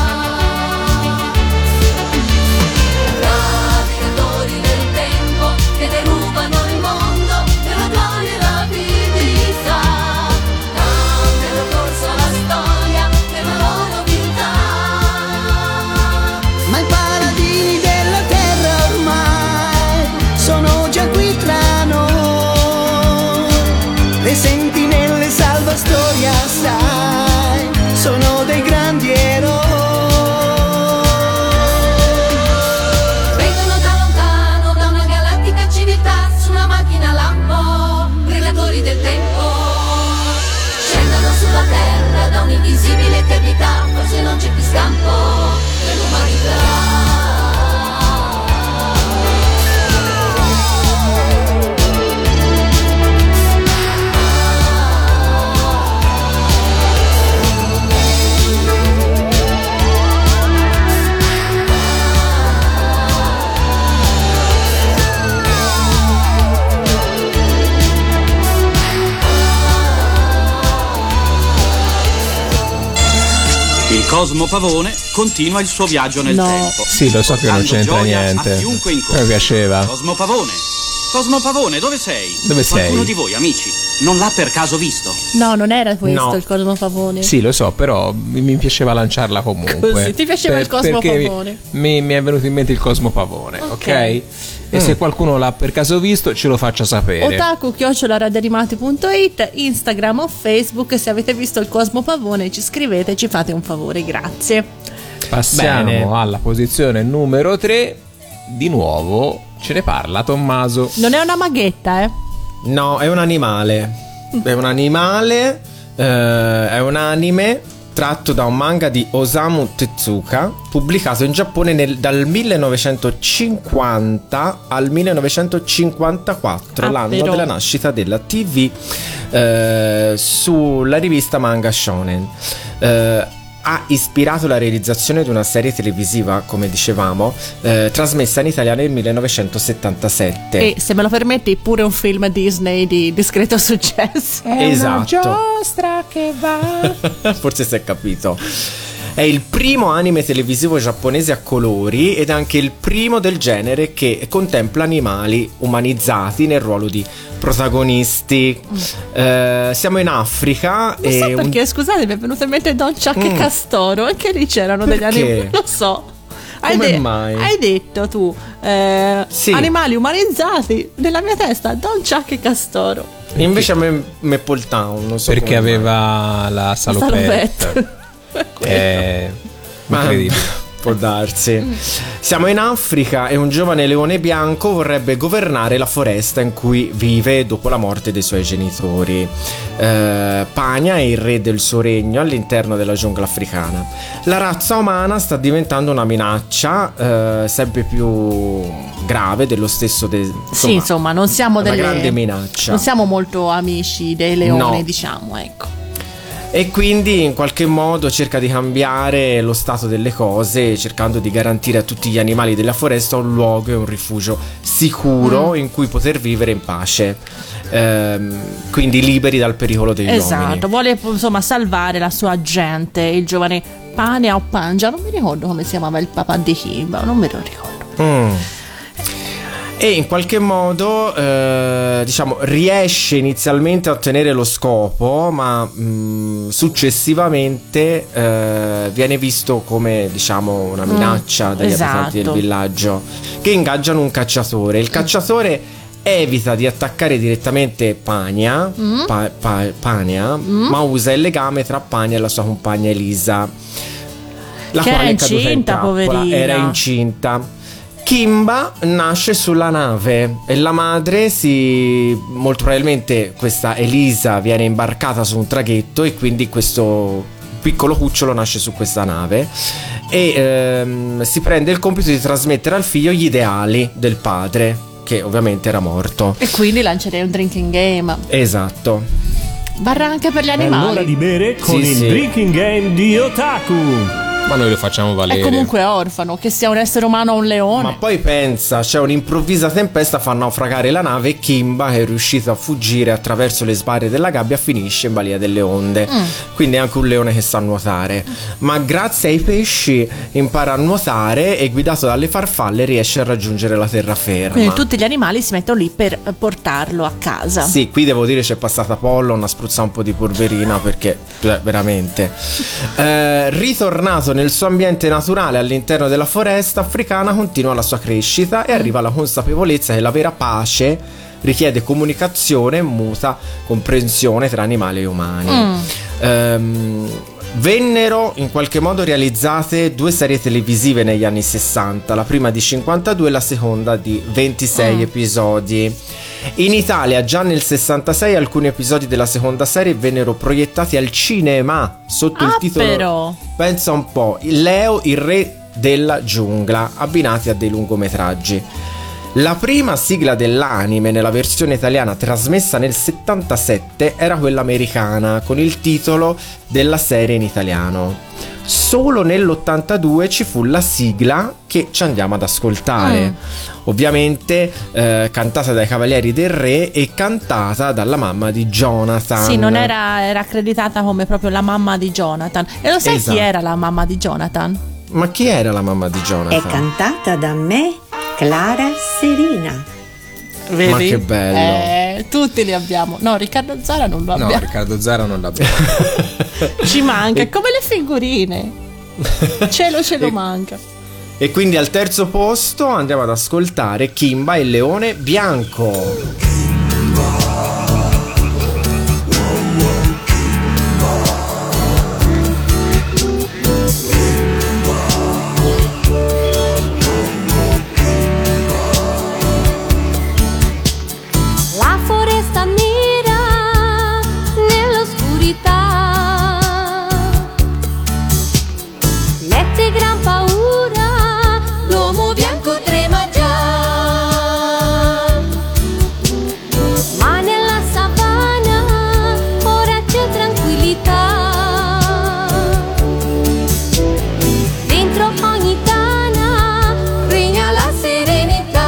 Navigatori del tempo che derubano il mondo per la gloria e l'avidità, cambiano corso alla storia per la loro vita. Ma i paladini della terra ormai sono già qui tra noi. Le sentinelle salva storia, sai, sono dei grandi eroi. Vengono da lontano, da una galattica civiltà, su una macchina lampo, predatori del tempo. Scendono sulla terra da un'invisibile eternità, forse non c'è più scampo per l'umanità. Il Cosmopavone continua il suo viaggio nel tempo. Sì, lo so che non portando c'entra gioia niente. a chiunque incontra. Mi piaceva. Cosmopavone, Cosmopavone, dove sei? Dove sei? Qualcuno di voi, amici, non l'ha per caso visto? No, non era questo No. il Cosmopavone. Sì, lo so, però mi piaceva lanciarla comunque. Così, ti piaceva il Cosmopavone? Perché mi è venuto in mente il Cosmopavone, ok? E se qualcuno l'ha per caso visto, ce lo faccia sapere. otaku@radioanimati.it, Instagram o Facebook. Se avete visto il Cosmopavone ci scrivete, ci fate un favore, grazie. Passiamo Bene. alla posizione numero 3. Di nuovo ce ne parla Tommaso. Non è una maghetta, eh? No, è un animale. È un animale, è un anime tratto da un manga di Osamu Tezuka, pubblicato in Giappone dal 1950 al 1954, l'anno però. della nascita della TV, sulla rivista Manga Shonen. Ha ispirato la realizzazione di una serie televisiva, come dicevamo, trasmessa in Italia nel 1977. E se me lo permetti, pure un film Disney di discreto successo. Esatto. Giostra che va. Forse si è capito. È il primo anime televisivo giapponese a colori ed è anche il primo del genere che contempla animali umanizzati nel ruolo di protagonisti. Siamo in Africa. Non so perché, scusate, mi è venuto in mente Don Chuck e Castoro. Anche lì c'erano degli Perché? animali. Lo so. Come mai? Hai detto tu Sì. animali umanizzati. Nella mia testa Don Chuck e Castoro. Invece a me Maple Town, non so Perché come mai. aveva la salopette. Incredibile. Può darsi. Siamo in Africa e un giovane leone bianco vorrebbe governare la foresta in cui vive dopo la morte dei suoi genitori. Pania è il re del suo regno all'interno della giungla africana. La razza umana sta diventando una minaccia sempre più grave dello stesso Sì, insomma, non siamo una delle grande minaccia. Non siamo molto amici dei leoni, No. diciamo, ecco. E quindi in qualche modo cerca di cambiare lo stato delle cose, cercando di garantire a tutti gli animali della foresta un luogo e un rifugio sicuro in cui poter vivere in pace, quindi liberi dal pericolo degli uomini. Esatto, vuole insomma salvare la sua gente, il giovane Pania o Panja, non mi ricordo come si chiamava il papà di Kimba, non me lo ricordo. E in qualche modo diciamo riesce inizialmente a ottenere lo scopo, ma successivamente viene visto come, diciamo, una minaccia dagli abitanti del villaggio, che ingaggiano un cacciatore. Il cacciatore evita di attaccare direttamente Pania, ma usa il legame tra Pania e la sua compagna Elisa, la Che quale era è caduta in incinta, trappola. poverina. Era incinta. Kimba nasce sulla nave e la madre molto probabilmente questa Elisa viene imbarcata su un traghetto e quindi questo piccolo cucciolo nasce su questa nave e si prende il compito di trasmettere al figlio gli ideali del padre, che ovviamente era morto. E quindi lancerei un drinking game. Esatto. Varrà anche per gli È animali. l'ora di bere con Sì, il sì. drinking game di Otaku. Ma noi lo facciamo valere. È comunque orfano, che sia un essere umano o un leone. Ma poi pensa, c'è un'improvvisa tempesta, fa naufragare la nave e Kimba, che è riuscito a fuggire attraverso le sbarre della gabbia, finisce in balia delle onde. Quindi è anche un leone che sa nuotare. Ma grazie ai pesci impara a nuotare e, guidato dalle farfalle, riesce a raggiungere la terraferma. Quindi tutti gli animali si mettono lì per portarlo a casa. Sì, qui devo dire c'è passata Pollon a spruzzare un po' di polverina, perché veramente ritornato nel suo ambiente naturale all'interno della foresta africana, continua la sua crescita e arriva alla consapevolezza che la vera pace richiede comunicazione e muta comprensione tra animali e umani. Vennero in qualche modo realizzate 2 serie televisive negli anni 60, la prima di 52 e la seconda di 26 episodi. In Italia già nel 66 alcuni episodi della seconda serie vennero proiettati al cinema sotto il titolo, però, pensa un po', Leo il re della giungla, abbinati a dei lungometraggi. La prima sigla dell'anime nella versione italiana trasmessa nel 77 era quella americana, con il titolo della serie in italiano. Solo nell'82 ci fu la sigla che ci andiamo ad ascoltare, ovviamente cantata dai Cavalieri del Re e cantata dalla mamma di Jonathan. Sì, non era accreditata come proprio la mamma di Jonathan. E lo sai Esatto. Chi era la mamma di Jonathan? Ma chi era la mamma di Jonathan? È cantata da me, Clara Serina. Vedi? Ma che bello. Tutti li abbiamo. No, Riccardo Zara non lo abbiamo. No, Riccardo Zara non l'abbiamo. Ci manca, è come le figurine. Ce lo manca. E quindi al terzo posto andiamo ad ascoltare Kimba e il leone bianco. La foresta nera nell'oscurità mette gran paura, l'uomo bianco trema già. Ma nella savana ora c'è tranquillità. Dentro ogni tana regna la serenità.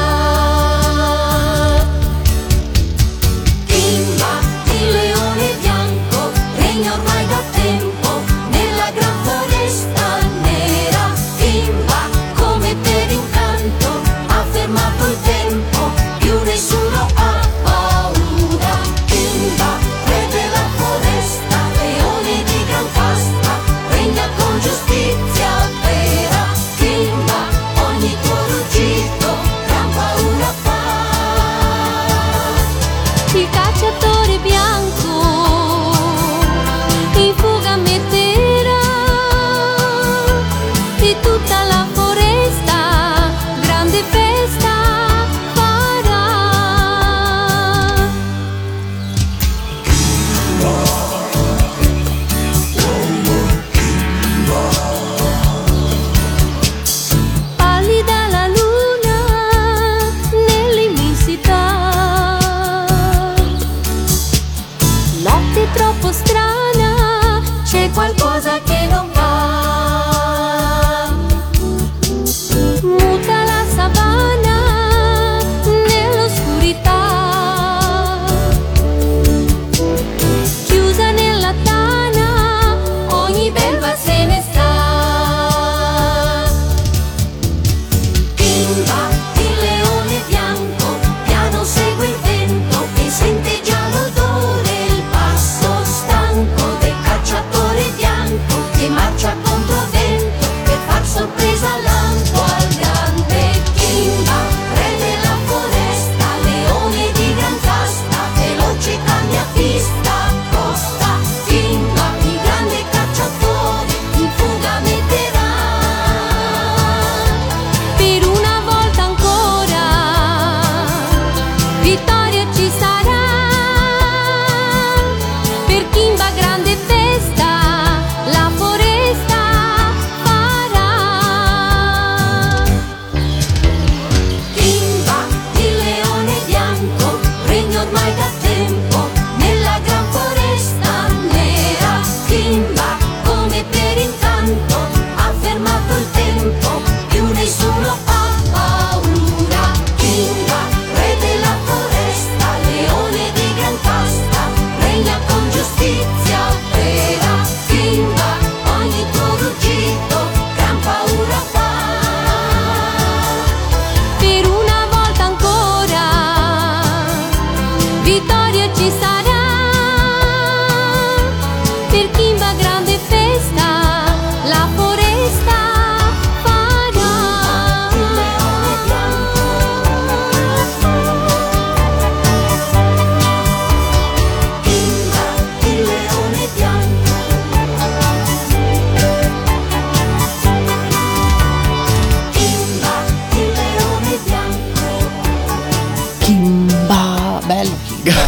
Kimba, il leone bianco, regna ormai da tempo nella gran foresta nera. Kimba, come per incanto, ha fermato il tempo, più nessuno ha paura. Kimba, re della foresta, leone di gran casta, regna con giustizia vera. Kimba, ogni tuo ruggito gran paura fa. Il cacciatore bianco in fuga metterà di tutta la foresta, grande festa farà. Pallida la luna nell'immensità, notte troppo strana, c'è qualcosa che non va. Muta la savana nell'oscurità, chiusa nella tana, ogni belva se ne sta. Kimba, il leone bianco, piano segue il vento e sente già l'odore, il passo stanco del cacciatore bianco che marcia contro vento per far sorpresa lampo al grande. Kimba, re della foresta, leone di gran casta, veloce cambia pista, costa. Kimba, il grande cacciatore, in fuga metterà. Per una volta ancora vittoria ci sarà. Per Kimba grande festa, la foresta farà. Kimba, il leone bianco, regna ormai da tempo nella gran foresta nera. Kimba, come per incanto, ha fermato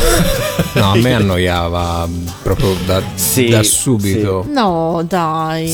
No, a me annoiava proprio da subito. Sì. No, dai.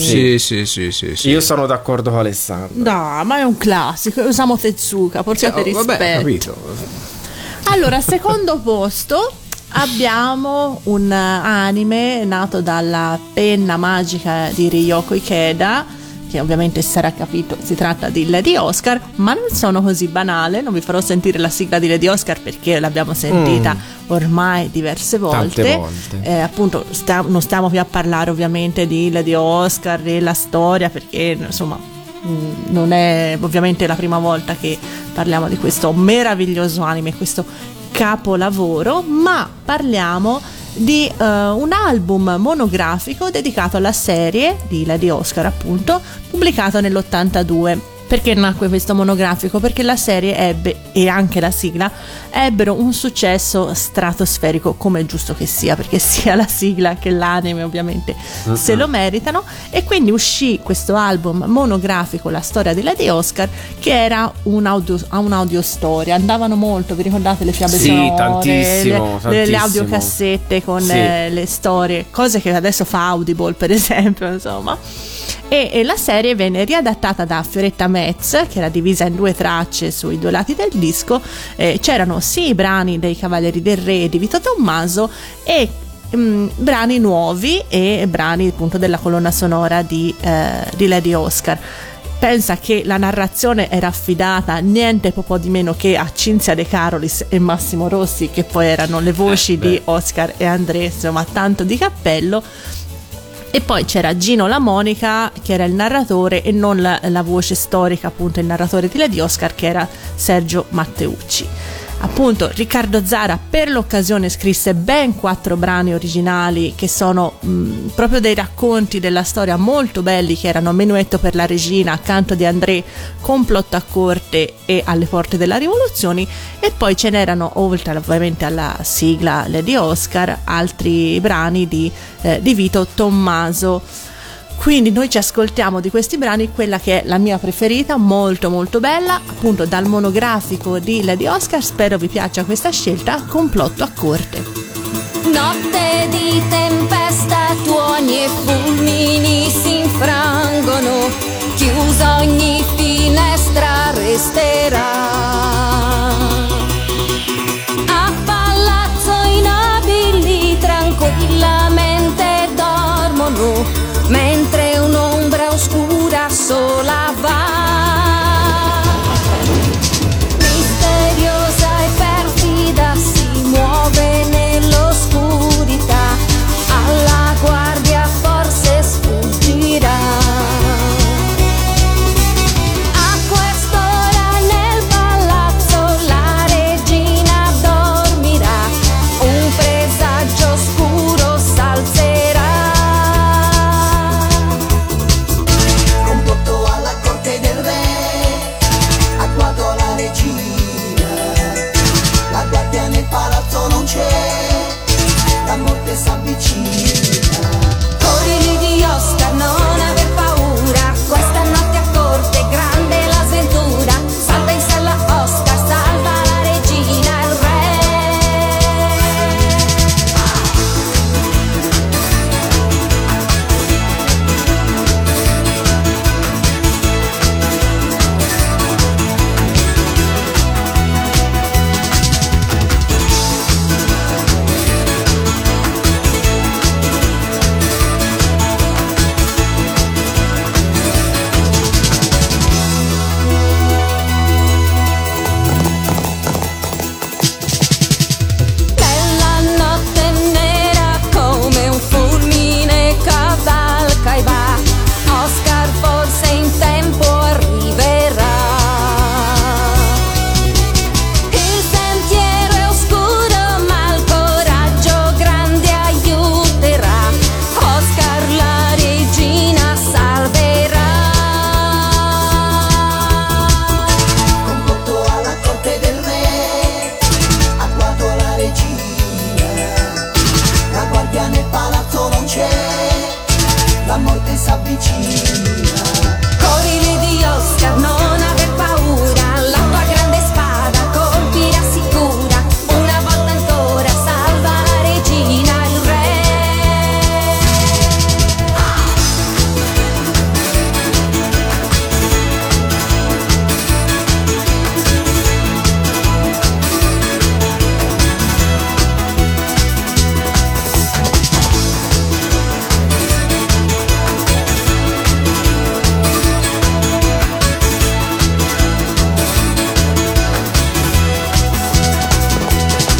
Sì. Io sono d'accordo con Alessandro. Dai, ma è un classico. Osamu Tezuka, portate rispetto. Vabbè, capito. Allora, secondo posto abbiamo un anime nato dalla penna magica di Ryoko Ikeda, che ovviamente sarà capito si tratta di Lady Oscar, ma non sono così banale, non vi farò sentire la sigla di Lady Oscar perché l'abbiamo sentita ormai diverse volte. Tante volte. Appunto non stiamo qui a parlare ovviamente di Lady Oscar e la storia, perché insomma non è ovviamente la prima volta che parliamo di questo meraviglioso anime, questo capolavoro, ma parliamo di un album monografico dedicato alla serie di Lady Oscar, appunto, pubblicato nell'82. Perché nacque questo monografico? Perché la serie ebbe, e anche la sigla, ebbero un successo stratosferico, come è giusto che sia, perché sia la sigla che l'anime ovviamente se lo meritano, e quindi uscì questo album monografico, la storia di Lady Oscar, che era un'audio storia. Andavano molto, vi ricordate le fiabe sonore, tantissimo. Le audiocassette con le storie, cose che adesso fa Audible per esempio, insomma. E la serie venne riadattata da Fioretta Metz, che era divisa in 2 tracce sui 2 lati del disco. C'erano sia i brani dei Cavalieri del Re e di Vito Tommaso e brani nuovi e brani appunto della colonna sonora di Lady Oscar. Pensa che la narrazione era affidata niente po' di meno che a Cinzia De Carolis e Massimo Rossi, che poi erano le voci di Oscar e André, insomma tanto di cappello. E poi c'era Gino La Monica, che era il narratore, e non la voce storica, appunto il narratore di Lady Oscar, che era Sergio Matteucci. Appunto Riccardo Zara per l'occasione scrisse ben 4 brani originali, che sono proprio dei racconti della storia molto belli, che erano Menuetto per la regina, Canto di André, Complotto a corte e Alle porte della rivoluzione. E poi ce n'erano, oltre ovviamente alla sigla Lady Oscar, altri brani di Vito Tommaso. Quindi noi ci ascoltiamo di questi brani quella che è la mia preferita, molto molto bella, appunto dal monografico di Lady Oscar. Spero vi piaccia questa scelta, Complotto a corte. Notte di tempesta, tuoni e fulmini si infrangono, chiusa ogni finestra resterà. A palazzo i nobili tranquillamente dormono, mentre un'ombra oscura sola va. Misteriosa e perfida si muove nell'oscurità, alla guardia forse sfuggirà. A quest'ora nel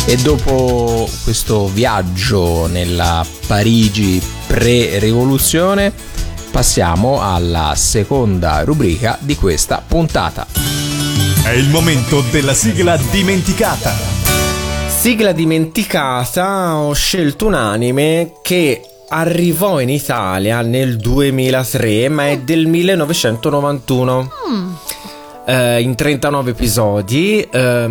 E dopo questo viaggio nella Parigi pre-rivoluzione passiamo alla seconda rubrica di questa puntata. È il momento della sigla dimenticata. Sigla dimenticata, ho scelto un anime che arrivò in Italia nel 2003, ma è del 1991. In 39 episodi,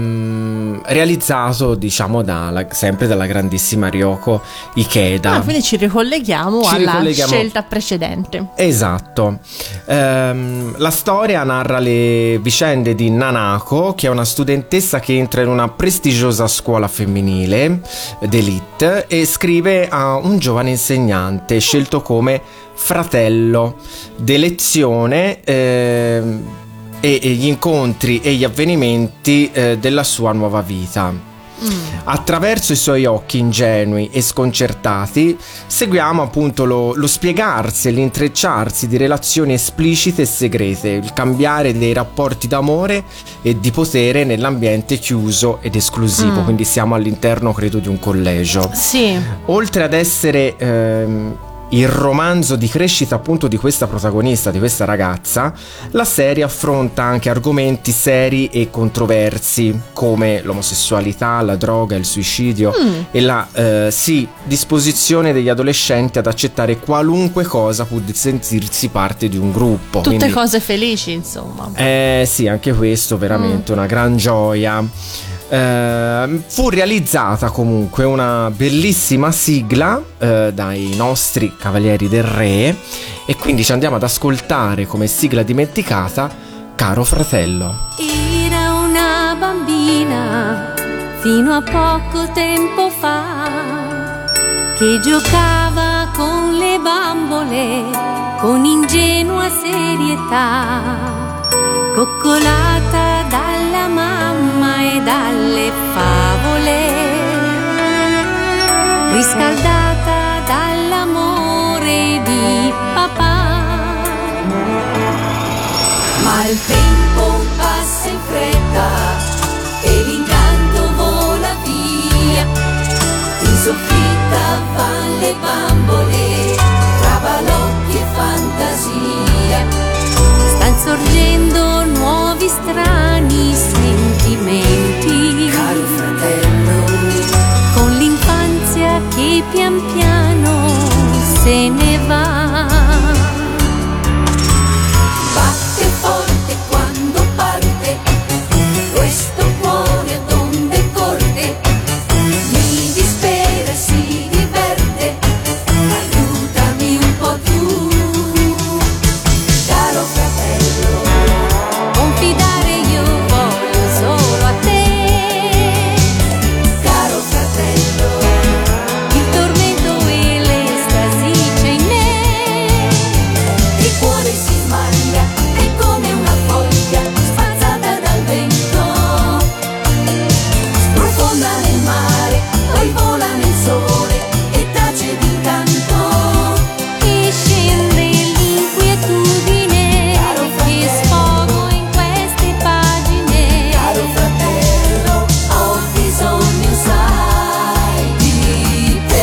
realizzato diciamo sempre dalla grandissima Ryoko Ikeda. Quindi ci ricolleghiamo alla scelta precedente. Esatto. La storia narra le vicende di Nanako, che è una studentessa che entra in una prestigiosa scuola femminile d'élite e scrive a un giovane insegnante scelto come fratello d'elezione e gli incontri e gli avvenimenti della sua nuova vita. Attraverso i suoi occhi ingenui e sconcertati seguiamo appunto lo spiegarsi e l'intrecciarsi di relazioni esplicite e segrete, il cambiare dei rapporti d'amore e di potere nell'ambiente chiuso ed esclusivo. Quindi siamo all'interno, credo, di un collegio. Sì. Oltre ad essere il romanzo di crescita appunto di questa protagonista, di questa ragazza, la serie affronta anche argomenti seri e controversi come l'omosessualità, la droga, il suicidio e la disposizione degli adolescenti ad accettare qualunque cosa pur di sentirsi parte di un gruppo. Tutte cose felici, insomma. Sì, anche questo veramente una gran gioia. Fu realizzata comunque una bellissima sigla dai nostri Cavalieri del Re, e quindi ci andiamo ad ascoltare come sigla dimenticata Caro Fratello. Era una bambina fino a poco tempo fa che giocava con le bambole con ingenua serietà, coccolata dalla mamma e dalle favole, riscaldata dall'amore di papà. Ma il tempo passa in fretta e l'incanto vola via, in soffitta van le bambole, tra balocchi e fantasia, stan sorgendo nuovi strani sentimenti, caro fratello, con l'infanzia che pian piano se ne va. Batte forte quando parte questo cuore ad onde corte, mi dispera e si diverte, aiutami un po' tu, caro fratello, confidare io voglio solo a te, caro fratello, il tormento e l'estasi c'è in me, il cuore si smangia, è come una foglia spazzata dal vento, sprofonda nel mare, poi vola nel sole e tace d'incanto, e scende l'inquietudine, caro fratello, che sfogo in queste pagine, caro fratello, ho bisogno, sai, di te.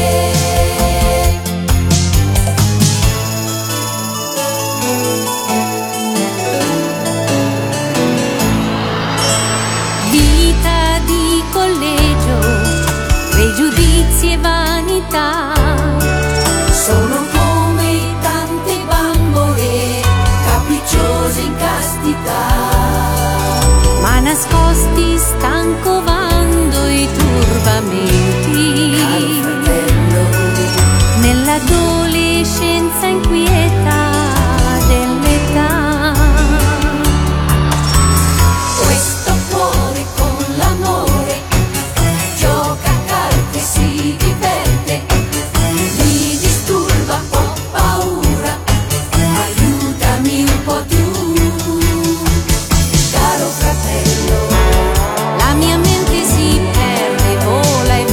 Vita di collegio, pregiudizi e vanità, sono come tante bambole capricciose in castità, ma nascosti stan covando i turbamenti, caro fratello, nell'adolescenza inquieta dell'età. Questo cuore con l'amore gioca a carte, si diverte, mi disturba, ho paura, aiutami un po' tu, caro fratello, la mia mente si perde, vola e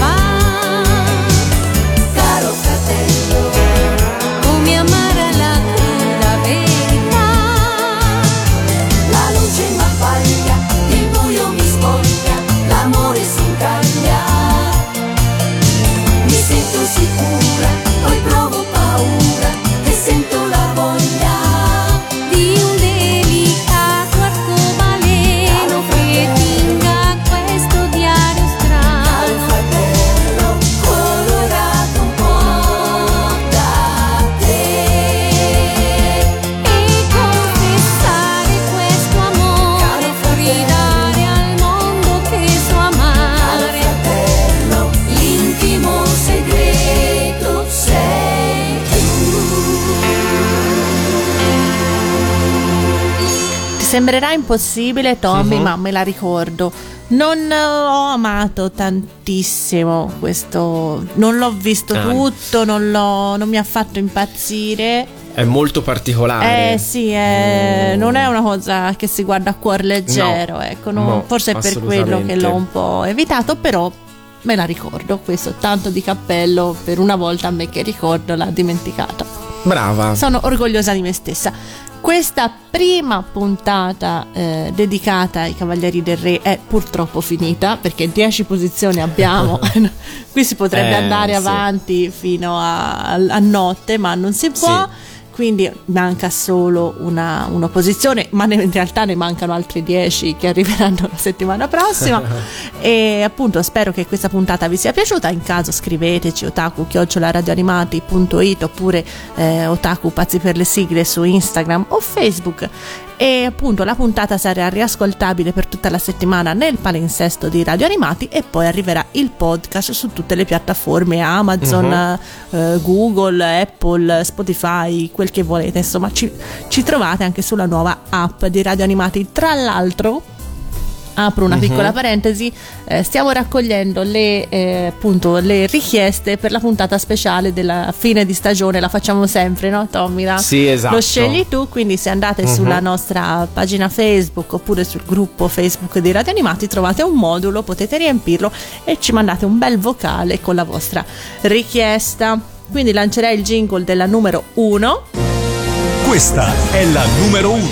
sembrerà impossibile, Tommy, ma me la ricordo. Non ho amato tantissimo questo, non l'ho visto tutto, non mi ha fatto impazzire. È molto particolare. Sì, non è una cosa che si guarda a cuor leggero, no, ecco, forse è per quello che l'ho un po' evitato, però me la ricordo, questo tanto di cappello per una volta a me che ricordo l'ha dimenticato. Brava. Sono orgogliosa di me stessa. Questa prima puntata dedicata ai Cavalieri del Re è purtroppo finita, perché 10 posizioni abbiamo. Qui si potrebbe andare avanti fino a notte, ma non si può. Sì. Quindi manca solo una posizione, ma in realtà ne mancano altri 10 che arriveranno la settimana prossima. E appunto spero che questa puntata vi sia piaciuta. In caso scriveteci otaku@radioanimati.it oppure otaku pazzi per le sigle su Instagram o Facebook. E appunto la puntata sarà riascoltabile per tutta la settimana nel palinsesto di Radio Animati, e poi arriverà il podcast su tutte le piattaforme Amazon, Google, Apple, Spotify, quel che volete. Insomma, ci trovate anche sulla nuova app di Radio Animati. Tra l'altro, apro una piccola parentesi, stiamo raccogliendo le richieste per la puntata speciale della fine di stagione. La facciamo sempre, no, Tommy? Sì, esatto. Lo scegli tu, quindi se andate sulla nostra pagina Facebook oppure sul gruppo Facebook di Radio Animati trovate un modulo, potete riempirlo e ci mandate un bel vocale con la vostra richiesta. Quindi lancerei il jingle della numero 1. Questa è la numero 1.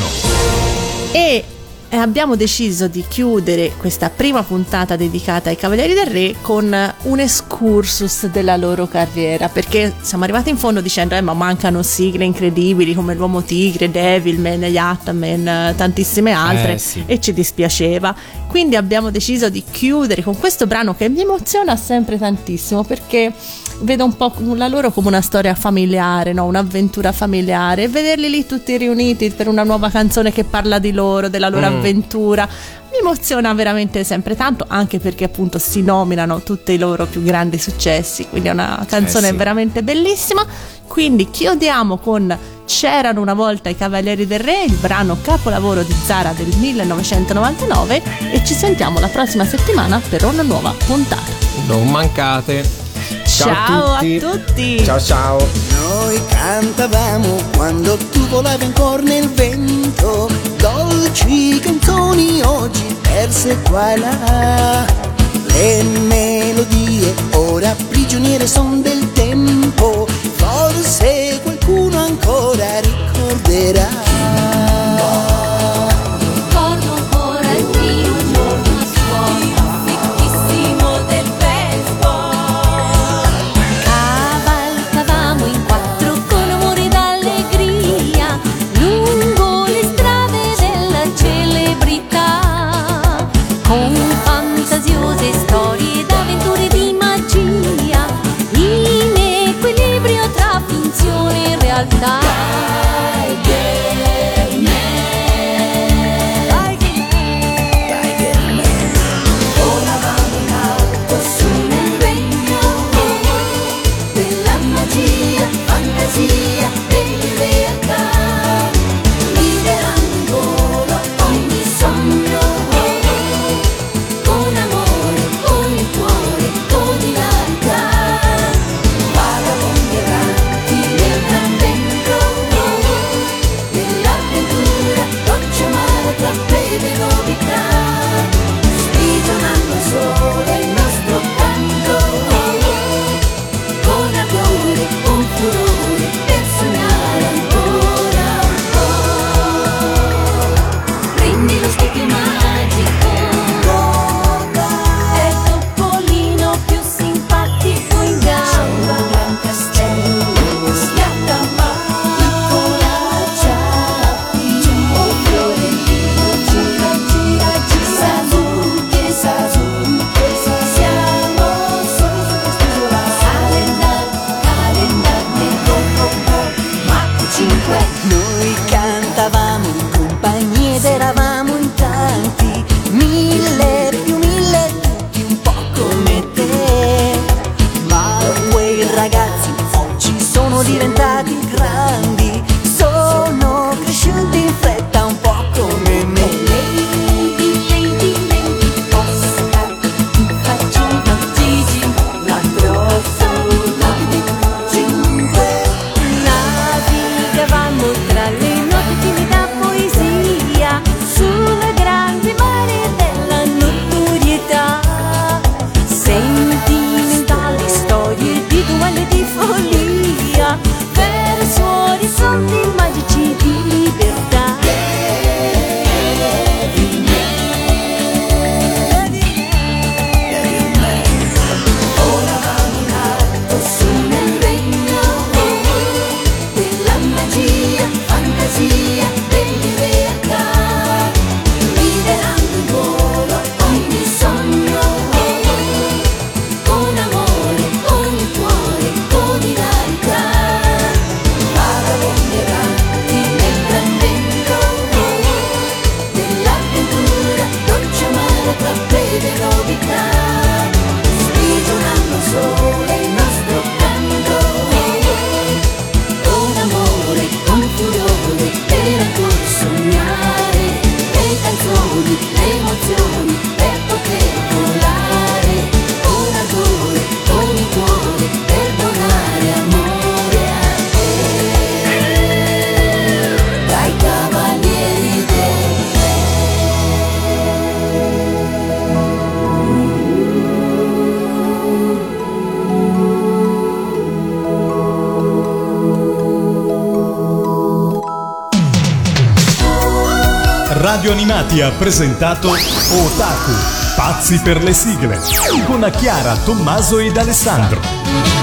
E abbiamo deciso di chiudere questa prima puntata dedicata ai Cavalieri del Re con un excursus della loro carriera, perché siamo arrivati in fondo dicendo ma mancano sigle incredibili come l'Uomo Tigre, Devilman, Yatman, tantissime altre, e ci dispiaceva. Quindi abbiamo deciso di chiudere con questo brano che mi emoziona sempre tantissimo, perché vedo un po' la loro come una storia familiare, no? Un'avventura familiare, e vederli lì tutti riuniti per una nuova canzone che parla di loro, della loro avventura, mi emoziona veramente sempre tanto, anche perché appunto si nominano tutti i loro più grandi successi, quindi è una canzone veramente bellissima. Quindi chiudiamo con C'erano una volta i Cavalieri del Re, il brano capolavoro di Zara del 1999, e ci sentiamo la prossima settimana per una nuova puntata. Non mancate. Ciao a tutti. Ciao ciao. Noi cantavamo quando tu volavi ancora nel vento, dolci canzoni oggi perse qua e là. Le melodie ora prigioniere son del tempo, forse qualcuno ancora ricorderà. Ricordo ancora il primo giorno a scuola, fittissimo del baseball. Cavalcavamo in quattro con amore ed allegria lungo le strade della celebrità, con fantasiose storie d'avventure di magia. Radio Animati ha presentato Otaku, pazzi per le sigle, con Chiara, Tommaso ed Alessandro.